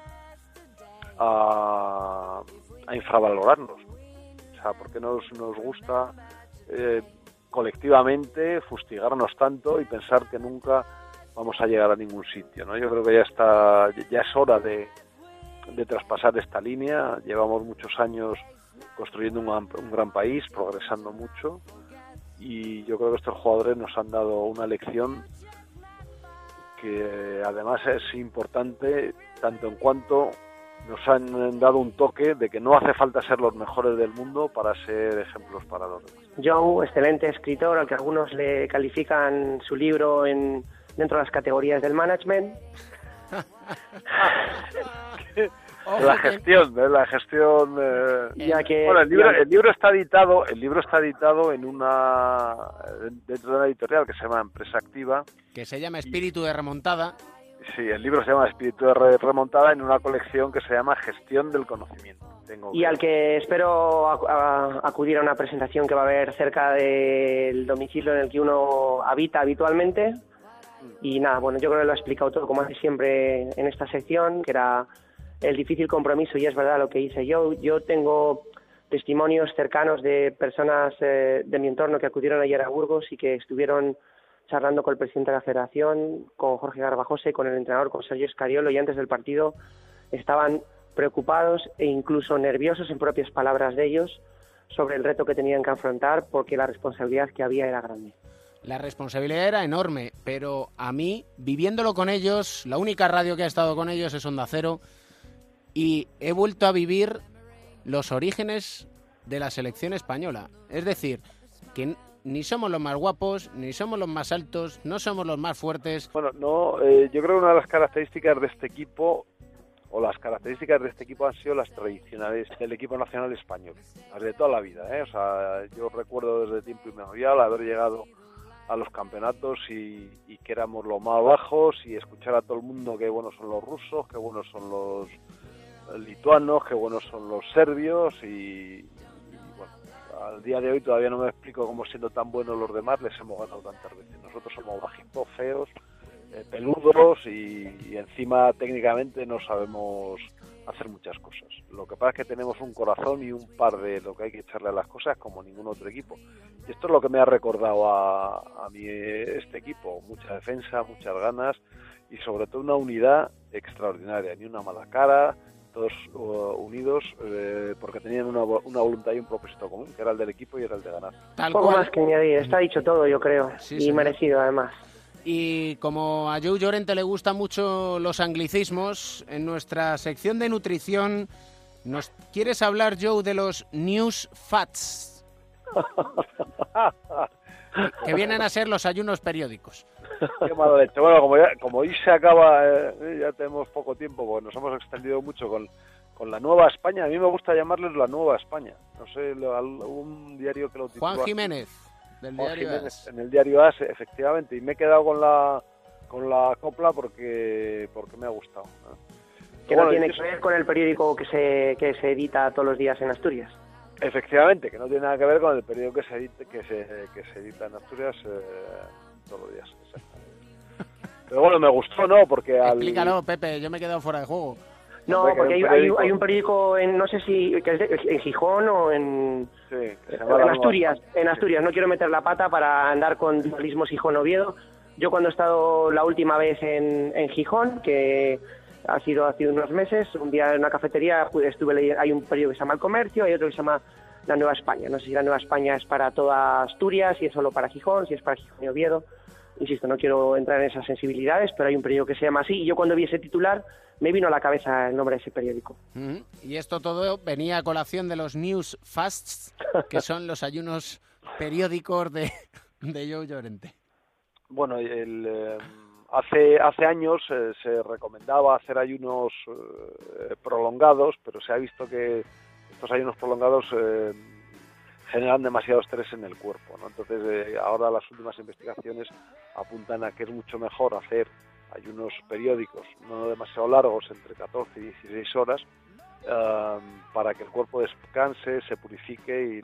a infravalorarnos. O sea, por qué nos gusta colectivamente fustigarnos tanto y pensar que nunca vamos a llegar a ningún sitio, ¿no? Yo creo que ya es hora de traspasar esta línea. Llevamos muchos años construyendo un gran país, progresando mucho, y yo creo que estos jugadores nos han dado una lección que además es importante tanto en cuanto nos han dado un toque de que no hace falta ser los mejores del mundo para ser ejemplos para los demás. Joe, excelente escritor, al que algunos le califican su libro dentro de las categorías del management. La gestión. Ya que, bueno, el libro está editado en dentro de una editorial que se llama Empresa Activa, que se llama Espíritu de Remontada. Sí, el libro se llama Espíritu de Remontada en una colección que se llama Gestión del Conocimiento. Al que espero acudir a una presentación que va a haber cerca del domicilio en el que uno habita habitualmente. Y nada, bueno, yo creo que lo ha explicado todo, como hace siempre en esta sección, que era el difícil compromiso, y es verdad lo que hice yo. Yo tengo testimonios cercanos de personas de mi entorno que acudieron ayer a Burgos y que estuvieron charlando con el presidente de la federación, con Jorge Garbajosa y con el entrenador, con Sergio Scariolo, y antes del partido estaban preocupados e incluso nerviosos, en propias palabras de ellos, sobre el reto que tenían que afrontar, porque la responsabilidad que había era grande. La responsabilidad era enorme, pero a mí, viviéndolo con ellos, la única radio que ha estado con ellos es Onda Cero, y he vuelto a vivir los orígenes de la selección española. Es decir, que ni somos los más guapos, ni somos los más altos, no somos los más fuertes. Bueno, yo creo que una de las características de este equipo, han sido las tradicionales del equipo nacional español, las de toda la vida, ¿eh? O sea, yo recuerdo desde tiempo inmemorial haber llegado a los campeonatos y que éramos los más bajos, y escuchar a todo el mundo qué buenos son los rusos, qué buenos son los lituanos, qué buenos son los serbios, y bueno, al día de hoy todavía no me explico cómo, siendo tan buenos los demás, les hemos ganado tantas veces. Nosotros somos bajitos, feos, peludos, y encima técnicamente no sabemos hacer muchas cosas. Lo que pasa es que tenemos un corazón y un par de lo que hay que echarle a las cosas como ningún otro equipo. Y esto es lo que me ha recordado a mí este equipo: mucha defensa, muchas ganas y sobre todo una unidad extraordinaria, ni una mala cara, todos unidos porque tenían una voluntad y un propósito común, que era el del equipo y era el de ganar. Poco más que añadir, está dicho todo, yo creo, sí, y señor. merecido además. Y como a Joe Llorente le gustan mucho los anglicismos, en nuestra sección de nutrición, ¿nos quieres hablar, Joe, de los news fats? Que vienen a ser los ayunos periódicos. Qué mala leche. Bueno, como hoy se acaba, ya tenemos poco tiempo, porque nos hemos extendido mucho con la Nueva España. A mí me gusta llamarles la Nueva España. No sé, un diario que lo titula Juan Jiménez, del diario Jiménez, AS. en el diario AS, efectivamente, y me he quedado con la copla porque me ha gustado. Que no tiene que ver con el periódico que se edita todos los días en Asturias. Efectivamente, que no tiene nada que ver con el periódico que se edita en Asturias todos los días. Pero bueno, me gustó, ¿no? Porque Explícalo, Pepe, yo me he quedado fuera de juego. No, porque hay un periódico no sé si que es en Gijón o en Asturias. En Asturias, no quiero meter la pata para andar con dualismo Gijón-Oviedo. Yo cuando he estado la última vez en Gijón, que ha sido hace unos meses, un día en una cafetería estuve leyendo, hay un periódico que se llama El Comercio, hay otro que se llama La Nueva España. No sé si La Nueva España es para toda Asturias, si es solo para Gijón, si es para Gijón y Oviedo. Insisto, no quiero entrar en esas sensibilidades, pero hay un periódico que se llama así, y yo cuando vi ese titular me vino a la cabeza el nombre de ese periódico. Y esto todo venía a colación de los news fasts, que son los ayunos periódicos de Joe Llorente. Bueno, hace años se recomendaba hacer ayunos prolongados, pero se ha visto que estos ayunos prolongados generan demasiado estrés en el cuerpo, ¿no? Entonces, ahora las últimas investigaciones apuntan a que es mucho mejor hacer ayunos periódicos, no demasiado largos, entre 14 y 16 horas, para que el cuerpo descanse, se purifique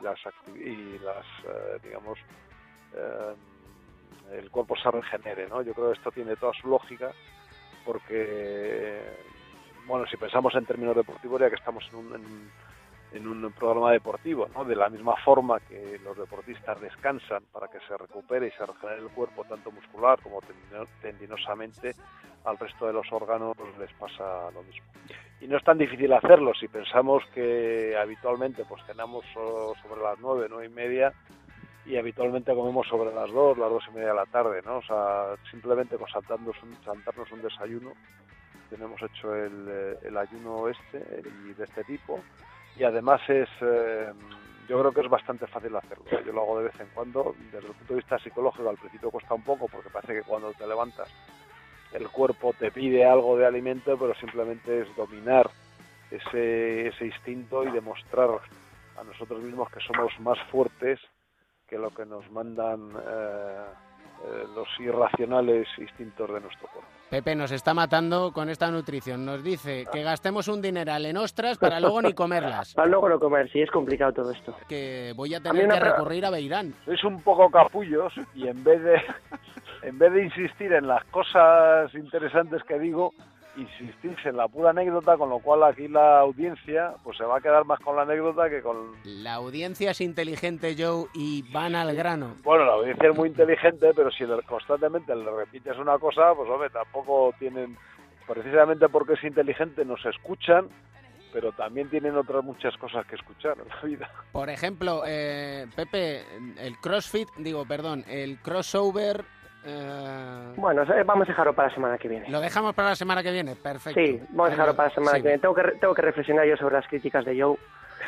el cuerpo se regenere, ¿no? Yo creo que esto tiene toda su lógica, porque, bueno, si pensamos en términos deportivos, ya que estamos en un programa deportivo, ¿no? De la misma forma que los deportistas descansan para que se recupere y se regenere el cuerpo, tanto muscular como tendinosamente, al resto de los órganos les pasa lo mismo. Y no es tan difícil hacerlo si pensamos que habitualmente pues cenamos sobre las 9, 9:30, y habitualmente comemos sobre las 2, las 2:30 de la tarde, ¿no? O sea, simplemente con saltarnos un desayuno tenemos hecho el ayuno y de este tipo, y además yo creo que es bastante fácil hacerlo. Yo lo hago de vez en cuando. Desde el punto de vista psicológico al principio cuesta un poco, porque parece que cuando te levantas el cuerpo te pide algo de alimento, pero simplemente es dominar ese instinto y demostrar a nosotros mismos que somos más fuertes que lo que nos mandan los irracionales instintos de nuestro cuerpo. Pepe nos está matando con esta nutrición. Nos dice que gastemos un dineral en ostras para luego ni comerlas. Para luego no comer, sí, es complicado todo esto. Que voy a tener que recurrir a Beirán. Sois un poco capullos y en vez de insistir en las cosas interesantes que digo, insistís en la pura anécdota, con lo cual aquí la audiencia pues se va a quedar más con la anécdota que con... La audiencia es inteligente, Joe, y van al grano. Bueno, la audiencia es muy inteligente, pero si constantemente le repites una cosa, pues hombre, tampoco tienen... Precisamente porque es inteligente nos escuchan, pero también tienen otras muchas cosas que escuchar en la vida. Por ejemplo, Pepe, el crossover... Bueno, vamos a dejarlo para la semana que viene. ¿Lo dejamos para la semana que viene? Perfecto. Sí, vamos a dejarlo para la semana que viene. Tengo que reflexionar yo sobre las críticas de Joe.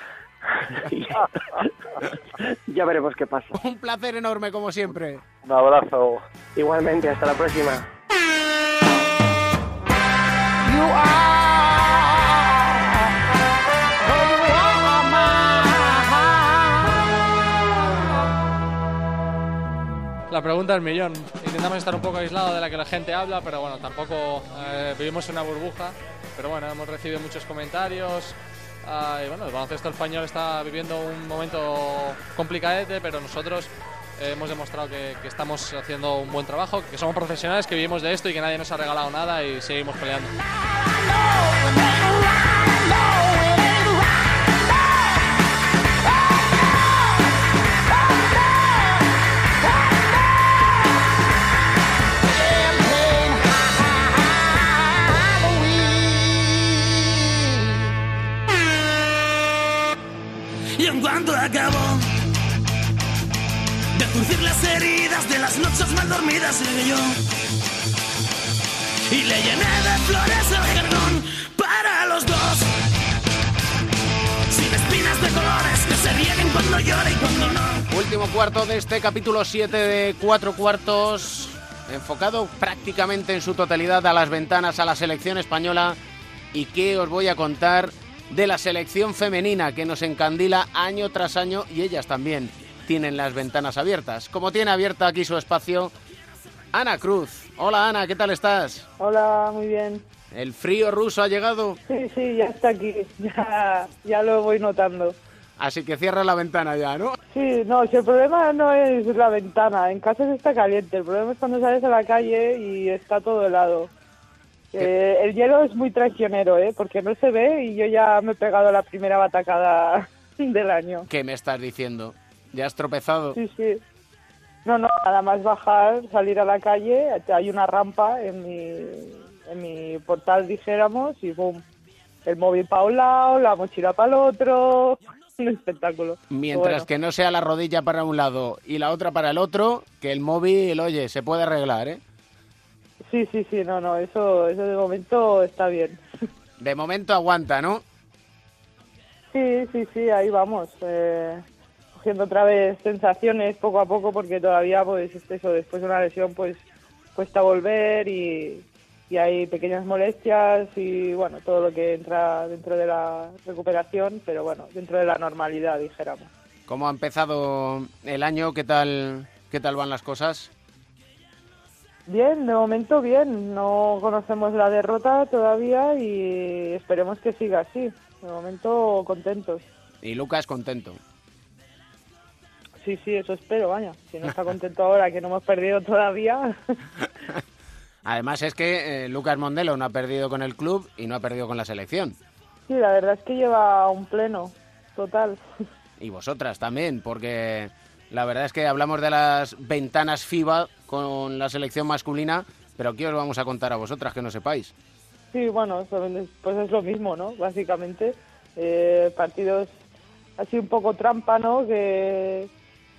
Ya veremos qué pasa. Un placer enorme, como siempre. Un abrazo. Igualmente, hasta la próxima. La pregunta del millón. Intentamos estar un poco aislados de la que la gente habla, pero bueno, tampoco vivimos en una burbuja. Pero bueno, hemos recibido muchos comentarios. Y bueno, el baloncesto español está viviendo un momento complicadete, pero nosotros hemos demostrado que estamos haciendo un buen trabajo, que somos profesionales, que vivimos de esto y que nadie nos ha regalado nada y seguimos peleando. Y en cuanto acabó de curtir las heridas de las noches mal dormidas, llegué yo y le llené de flores el jardín para los dos, sin espinas de colores que se rieguen cuando llore y cuando no. Último cuarto de este capítulo 7 de 4 cuartos, enfocado prácticamente en su totalidad a las ventanas, a la selección española. ¿Y qué os voy a contar de la selección femenina, que nos encandila año tras año, y ellas también tienen las ventanas abiertas? Como tiene abierta aquí su espacio Ana Cruz. Hola Ana, ¿qué tal estás? Hola, muy bien. ¿El frío ruso ha llegado? Sí, ya está aquí, ya lo voy notando. Así que cierra la ventana ya, ¿no? Sí, no, si el problema no es la ventana, en casa se está caliente, el problema es cuando sales a la calle y está todo helado. El hielo es muy traicionero, porque no se ve y yo ya me he pegado la primera batacada del año. ¿Qué me estás diciendo? ¿Ya has tropezado? Sí. No, nada más bajar, salir a la calle, hay una rampa en mi portal, dijéramos, y boom, el móvil para un lado, la mochila para el otro, un espectáculo. Mientras que no sea la rodilla para un lado y la otra para el otro, que el móvil, oye, se puede arreglar, ¿eh? Sí, no, eso de momento está bien. De momento aguanta, ¿no? Sí, ahí vamos, cogiendo otra vez sensaciones poco a poco, porque todavía, pues, eso, después de una lesión, pues, cuesta volver y hay pequeñas molestias y, bueno, todo lo que entra dentro de la recuperación, pero bueno, dentro de la normalidad, dijéramos. ¿Cómo ha empezado el año? ¿Qué tal van las cosas? Bien, de momento bien. No conocemos la derrota todavía y esperemos que siga así. De momento contentos. Y Lucas contento. Sí, eso espero, vaya. Si no está contento ahora que no hemos perdido todavía. Además es que Lucas Mondelo no ha perdido con el club y no ha perdido con la selección. Sí, la verdad es que lleva un pleno total. Y vosotras también, porque la verdad es que hablamos de las ventanas FIBA con la selección masculina, pero ¿qué os vamos a contar a vosotras que no sepáis? Sí, bueno, pues es lo mismo, ¿no? Básicamente, partidos así un poco trampa, ¿no? Que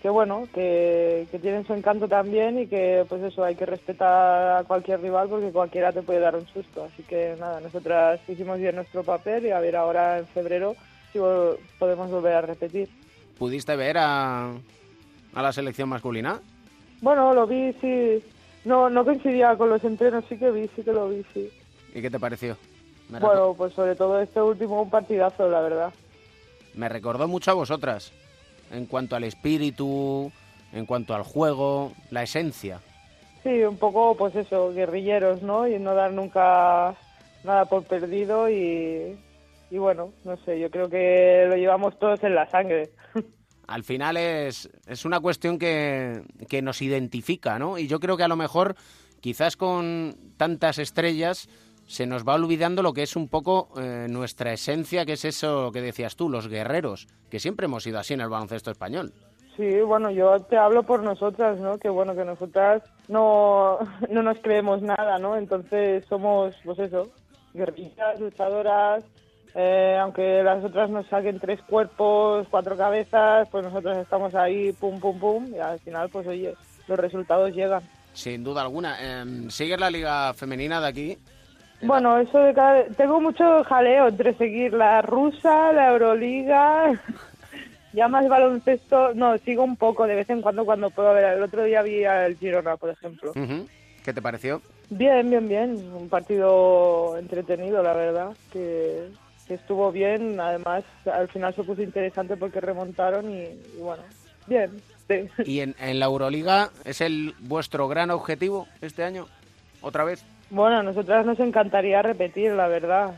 bueno, que tienen su encanto también y que pues eso, hay que respetar a cualquier rival porque cualquiera te puede dar un susto. Así que nada, nosotras hicimos bien nuestro papel y a ver ahora en febrero si podemos volver a repetir. ¿Pudiste ver a la selección masculina? Bueno, lo vi, sí. No coincidía con los entrenos, sí que lo vi, sí. ¿Y qué te pareció? Bueno, pues sobre todo este último un partidazo, la verdad. Me recordó mucho a vosotras, en cuanto al espíritu, en cuanto al juego, la esencia. Sí, un poco, pues eso, guerrilleros, ¿no? Y no dar nunca nada por perdido y bueno, no sé, yo creo que lo llevamos todos en la sangre. Al final es una cuestión que nos identifica, ¿no? Y yo creo que a lo mejor, quizás con tantas estrellas, se nos va olvidando lo que es un poco nuestra esencia, que es eso que decías tú, los guerreros, que siempre hemos sido así en el baloncesto español. Sí, bueno, yo te hablo por nosotras, ¿no? Que bueno, que nosotras no nos creemos nada, ¿no? Entonces somos, pues eso, guerrilleras, luchadoras. Aunque las otras nos saquen 3 cuerpos, 4 cabezas, pues nosotros estamos ahí, pum, pum, pum, y al final, pues oye, los resultados llegan. Sin duda alguna. ¿Sigues la liga femenina de aquí? Bueno, eso de tengo mucho jaleo entre seguir la rusa, la Euroliga, ya más baloncesto, no, sigo un poco de vez en cuando puedo ver. El otro día vi al Girona, por ejemplo. ¿Qué te pareció? Bien, un partido entretenido, la verdad, que estuvo bien, además al final se puso interesante porque remontaron y bueno, bien. Sí. ¿Y en la Euroliga es vuestro gran objetivo este año? ¿Otra vez? Bueno, a nosotras nos encantaría repetir, la verdad.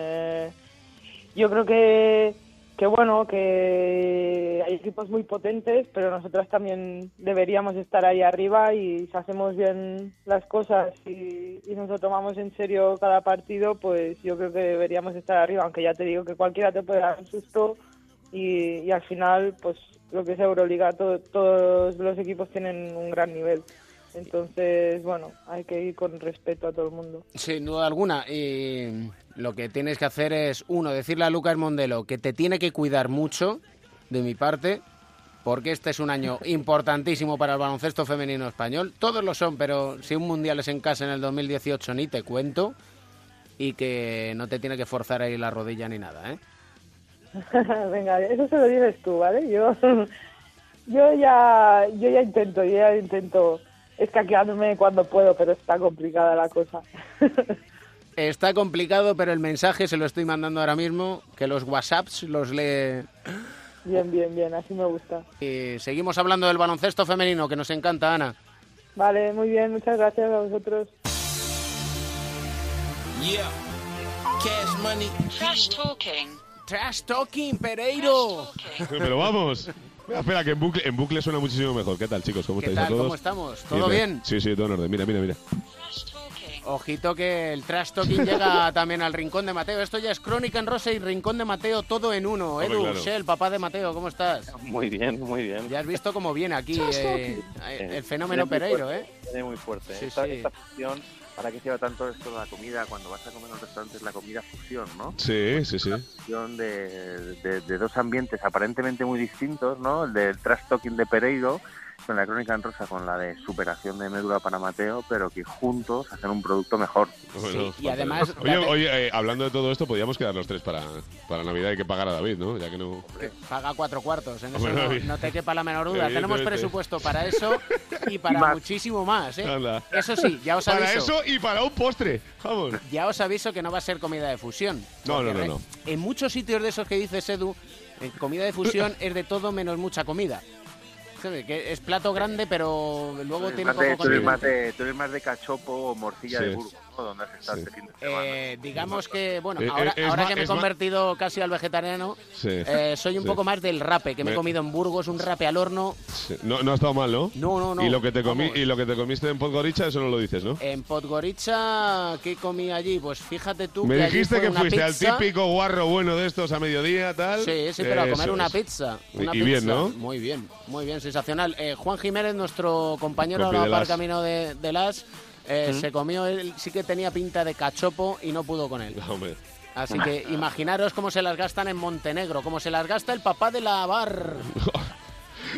Yo creo que bueno, que hay equipos muy potentes, pero nosotras también deberíamos estar ahí arriba y si hacemos bien las cosas y nos lo tomamos en serio cada partido, pues yo creo que deberíamos estar arriba, aunque ya te digo que cualquiera te puede dar un susto y al final, pues lo que es Euroliga, todos los equipos tienen un gran nivel. Entonces, bueno, hay que ir con respeto a todo el mundo. Sin duda alguna. Y lo que tienes que hacer es, uno, decirle a Lucas Mondelo que te tiene que cuidar mucho, de mi parte, porque este es un año importantísimo para el baloncesto femenino español. Todos lo son, pero si un mundial es en casa en el 2018 ni te cuento. Y que no te tiene que forzar ahí la rodilla ni nada, ¿eh? Venga, eso se lo dices tú, ¿vale? Yo ya intento escaqueándome cuando puedo, pero está complicada la cosa. Está complicado, pero el mensaje se lo estoy mandando ahora mismo, que los WhatsApps los lee. Bien, así me gusta. Y seguimos hablando del baloncesto femenino, que nos encanta, Ana. Vale, muy bien, muchas gracias a vosotros. Yeah. Cash money. Trash talking, Pereiro. Pero vamos. Espera, que en bucle suena muchísimo mejor. ¿Qué tal, chicos? ¿Cómo estáis todos? ¿Cómo estamos? ¿Todo bien? Sí, todo en orden. Mira. Ojito que el trash talking llega también al Rincón de Mateo. Esto ya es Crónica en Rosa y Rincón de Mateo todo en uno. Hombre, Edu, claro. Shell, papá de Mateo, ¿cómo estás? Muy bien. Ya has visto cómo viene aquí el fenómeno Pereiro, ¿eh? Viene muy fuerte. Sí, Esta fusión, ¿para qué se lleva tanto esto de la comida? Cuando vas a comer en un restaurante es la comida fusión, ¿no? Sí. La fusión de dos ambientes aparentemente muy distintos, ¿no? El del trash talking de Pereiro, con la Crónica en Rosa, con la de superación de Médula para Mateo, pero que juntos hacen un producto mejor. Bueno, y además... Oye, hablando de todo esto, podríamos quedar los tres para Navidad y que pagar a David, ¿no? Ya que no... Paga 4 cuartos, en eso Bueno, no te quepa la menor duda. Tenemos presupuesto para eso y para muchísimo más, ¿eh? Anda. Eso sí, ya os aviso. Para eso y para un postre, vamos. Ya os aviso que no va a ser comida de fusión. No. En muchos sitios de esos que dices, Edu, comida de fusión es de todo menos mucha comida. Que es plato grande, pero luego tiene poco condimento. Tú eres más de cachopo o morcilla de Burgos, ¿no? Donde has estado este fin de semana. Digamos que, bueno, ahora que me he convertido casi al vegetariano, soy un poco más del rape, que me he comido en Burgos, un rape al horno. Sí. No ha estado mal, ¿no? No. Y lo que te comiste en Podgorica, eso no lo dices, ¿no? En Podgorica, ¿qué comí allí? Pues fíjate tú. Me que dijiste que fuiste pizza. al típico guarro bueno de estos a mediodía, tal. Sí, pero a comer una pizza. Y bien, ¿no? Muy bien, sensacional. Juan Jiménez, nuestro compañero de la Camino de Las, se comió, él sí que tenía pinta de cachopo y no pudo con él. Hombre. Así que imaginaros cómo se las gastan en Montenegro, cómo se las gasta el papá de la bar.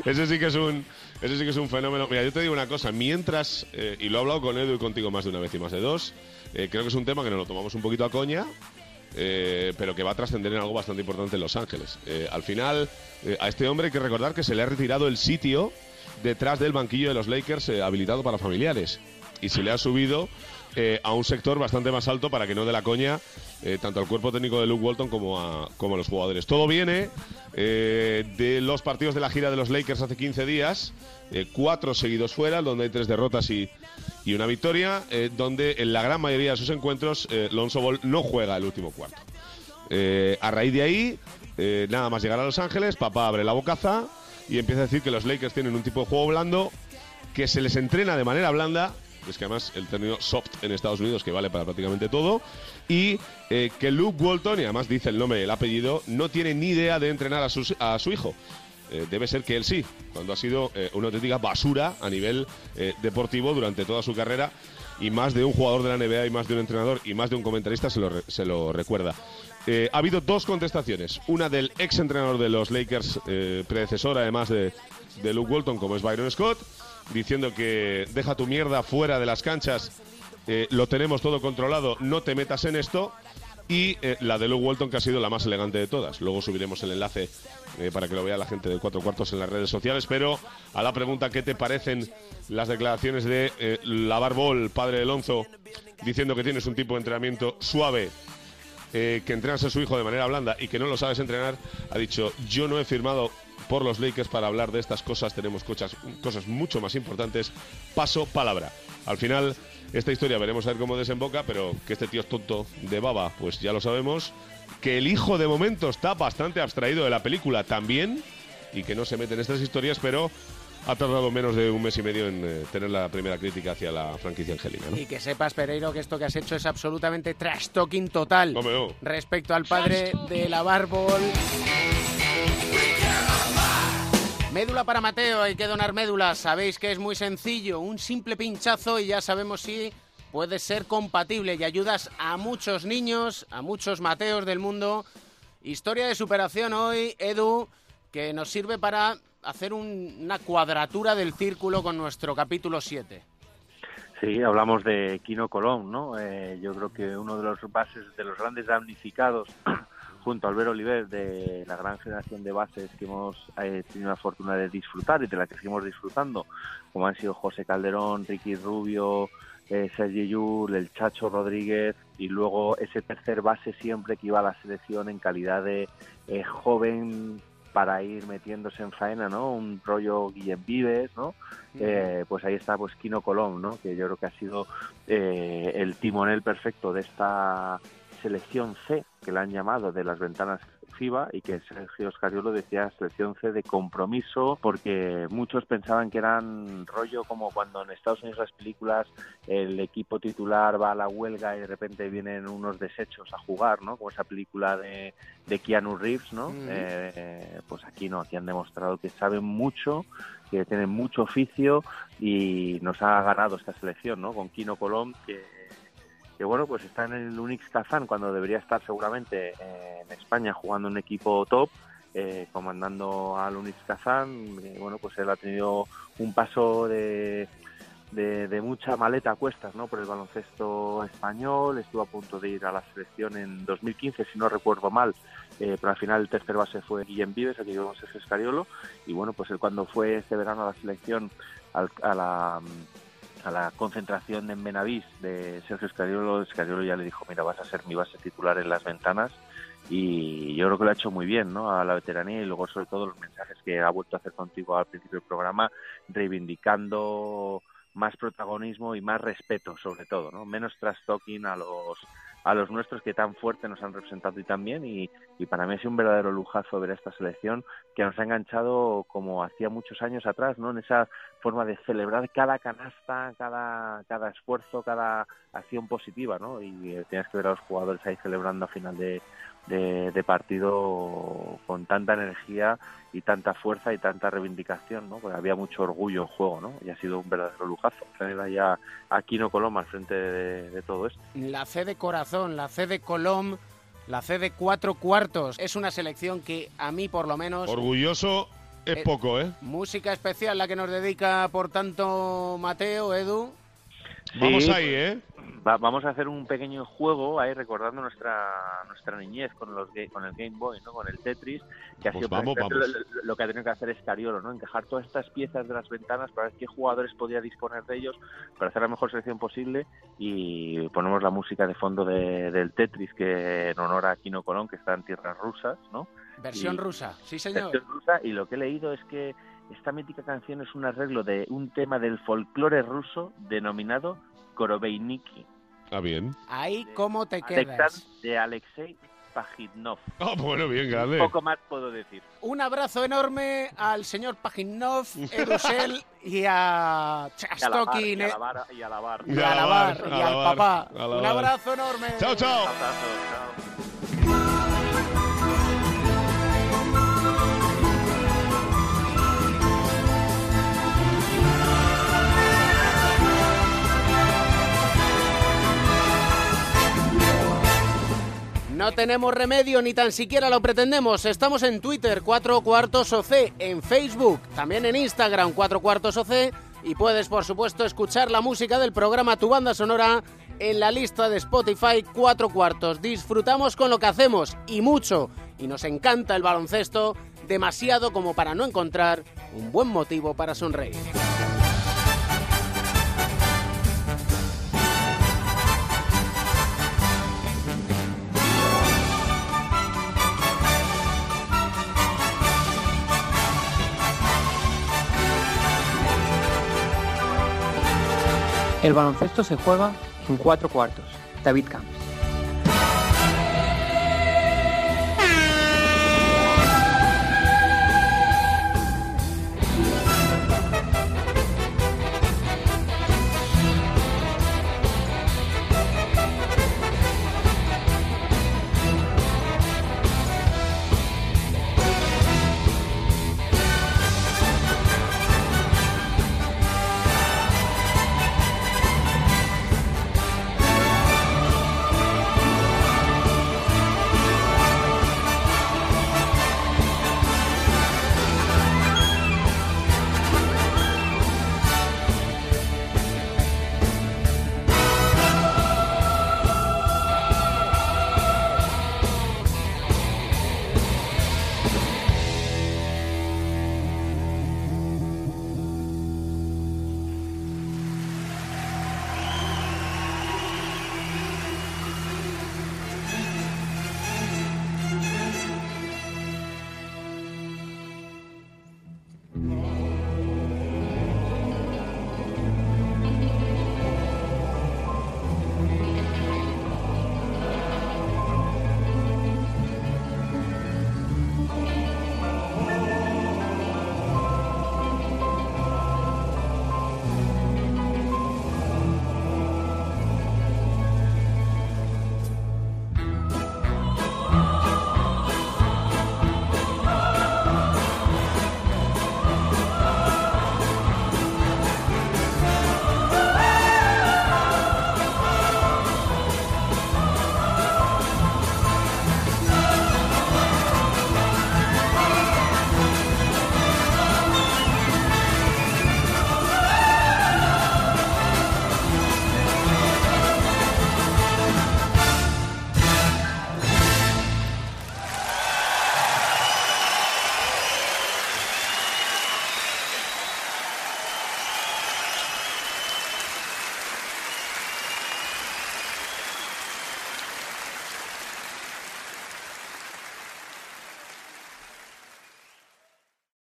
Ese sí que es un fenómeno. Mira, yo te digo una cosa, mientras, y lo he hablado con Edu y contigo más de una vez y más de dos, creo que es un tema que nos lo tomamos un poquito a coña, pero que va a trascender en algo bastante importante en Los Ángeles. Al final, a este hombre hay que recordar que se le ha retirado el sitio detrás del banquillo de los Lakers habilitado para familiares, y se le ha subido a un sector bastante más alto para que no dé la coña tanto al cuerpo técnico de Luke Walton como a los jugadores. Todo viene de los partidos de la gira de los Lakers hace 15 días, 4 seguidos fuera, donde hay 3 derrotas y una victoria, donde en la gran mayoría de sus encuentros Lonzo Ball no juega el último cuarto. A raíz de ahí, nada más llegar a Los Ángeles, papá abre la bocaza y empieza a decir que los Lakers tienen un tipo de juego blando, que se les entrena de manera blanda, es que además el término soft en Estados Unidos que vale para prácticamente todo, y que Luke Walton, y además dice el nombre y el apellido, no tiene ni idea de entrenar a su hijo. Debe ser que él sí, cuando ha sido una auténtica basura a nivel deportivo durante toda su carrera, y más de un jugador de la NBA y más de un entrenador y más de un comentarista se lo recuerda. Ha habido 2 contestaciones, una del ex entrenador de los Lakers, predecesor además de Luke Walton, como es Byron Scott, diciendo que deja tu mierda fuera de las canchas, lo tenemos todo controlado, no te metas en esto, y la de Luke Walton, que ha sido la más elegante de todas. Luego subiremos el enlace para que lo vea la gente de 4 Cuartos en las redes sociales, pero a la pregunta ¿qué te parecen las declaraciones de LaVar Ball, padre de Lonzo, diciendo que tienes un tipo de entrenamiento suave, que entrenas a su hijo de manera blanda y que no lo sabes entrenar? Ha dicho: yo no he firmado por los Lakers para hablar de estas cosas, tenemos cosas mucho más importantes, paso palabra. Al final, esta historia veremos a ver cómo desemboca, pero que este tío es tonto de baba, pues ya lo sabemos. Que el hijo de momento está bastante abstraído de la película también, y que no se mete en estas historias, pero ha tardado menos de un mes y medio en tener la primera crítica hacia la franquicia angelina, ¿no? Y que sepas, Pereiro, que esto que has hecho es absolutamente trash talking total respecto al padre de LaVar Ball. Médula para Mateo, hay que donar médulas. Sabéis que es muy sencillo, un simple pinchazo y ya sabemos si puede ser compatible, y ayudas a muchos niños, a muchos Mateos del mundo. Historia de superación hoy, Edu, que nos sirve para hacer una cuadratura del círculo con nuestro capítulo 7. Sí, hablamos de Kino Colom, ¿no? Yo creo que uno de los bases, de los grandes damnificados junto a Albert Oliver, de la gran generación de bases que hemos tenido la fortuna de disfrutar y de la que seguimos disfrutando, como han sido José Calderón, Ricky Rubio, Sergi Llull, el Chacho Rodríguez, y luego ese tercer base siempre que iba a la selección en calidad de joven para ir metiéndose en faena, ¿no? Un rollo Guillem Vives, ¿no? Pues ahí está, pues Kino Colom, ¿no? Que yo creo que ha sido el timonel perfecto de esta selección C, que la han llamado, de las ventanas FIBA, y que Sergio Scariolo decía selección C de compromiso, porque muchos pensaban que eran rollo como cuando en Estados Unidos las películas el equipo titular va a la huelga y de repente vienen unos desechos a jugar, ¿no? Como esa película de Keanu Reeves, ¿no? Pues aquí no, aquí han demostrado que saben mucho, que tienen mucho oficio, y nos ha ganado esta selección, ¿no? Con Kino Colom, que bueno, pues está en el Unix Kazán cuando debería estar seguramente en España jugando un equipo top, comandando al Unix Kazán. Bueno, pues él ha tenido un paso de mucha maleta a cuestas, ¿no? Por el baloncesto español. Estuvo a punto de ir a la selección en 2015, si no recuerdo mal, pero al final el tercer base fue Guillem Vives, aquí vemos Sergio Scariolo, y bueno, pues él cuando fue este verano a la selección, a la concentración en Benavís de Sergio Scariolo ya le dijo: mira, vas a ser mi base titular en las ventanas, y yo creo que lo ha hecho muy bien, ¿no? A la veteranía, y luego sobre todo los mensajes que ha vuelto a hacer contigo al principio del programa, reivindicando más protagonismo y más respeto, sobre todo, ¿no? Menos trash talking a los nuestros, que tan fuerte nos han representado y tan bien, y para mí ha sido un verdadero lujazo ver esta selección que nos ha enganchado como hacía muchos años atrás, ¿no? En esa forma de celebrar cada canasta, cada esfuerzo, cada acción positiva, ¿no? Y tienes que ver a los jugadores ahí celebrando a final de partido con tanta energía y tanta fuerza y tanta reivindicación, ¿no? Porque había mucho orgullo en juego, ¿no? Y ha sido un verdadero lujazo tener ahí a Kino Colom al frente de todo esto. La C de corazón, la C de Colom, la C de 4 cuartos. Es una selección que a mí, por lo menos... Orgulloso Es poco, ¿eh? Música especial la que nos dedica, por tanto, Mateo, Edu. Sí, vamos ahí, ¿eh? Vamos a hacer un pequeño juego ahí recordando nuestra niñez con el Game Boy, ¿no? Con el Tetris, que ha sido lo que ha tenido que hacer Escariolo, ¿no? Encajar todas estas piezas de las ventanas para ver qué jugadores podía disponer de ellos para hacer la mejor selección posible, y ponemos la música de fondo del Tetris, que en honor a Kino Colón, que está en tierras rusas, ¿no? Versión rusa, sí señor. Versión rusa, y lo que he leído es que esta mítica canción es un arreglo de un tema del folclore ruso denominado Korobeiniki. Ah, bien. Ahí, ¿cómo te quedas? De Alexei Pajitnov. Ah, bueno, bien, grande. Un poco más puedo decir. Un abrazo enorme al señor Pajitnov, Edusel y a Chastokin. Y a la bar. Y al papá. Un abrazo enorme. Chao, chao. Un abrazo, chao. No tenemos remedio, ni tan siquiera lo pretendemos. Estamos en Twitter, 4 Cuartos OC, en Facebook, también en Instagram, 4 Cuartos OC, y puedes, por supuesto, escuchar la música del programa Tu Banda Sonora en la lista de Spotify 4 Cuartos. Disfrutamos con lo que hacemos, y mucho, y nos encanta el baloncesto, demasiado como para no encontrar un buen motivo para sonreír. El baloncesto se juega en 4 cuartos. David Camps.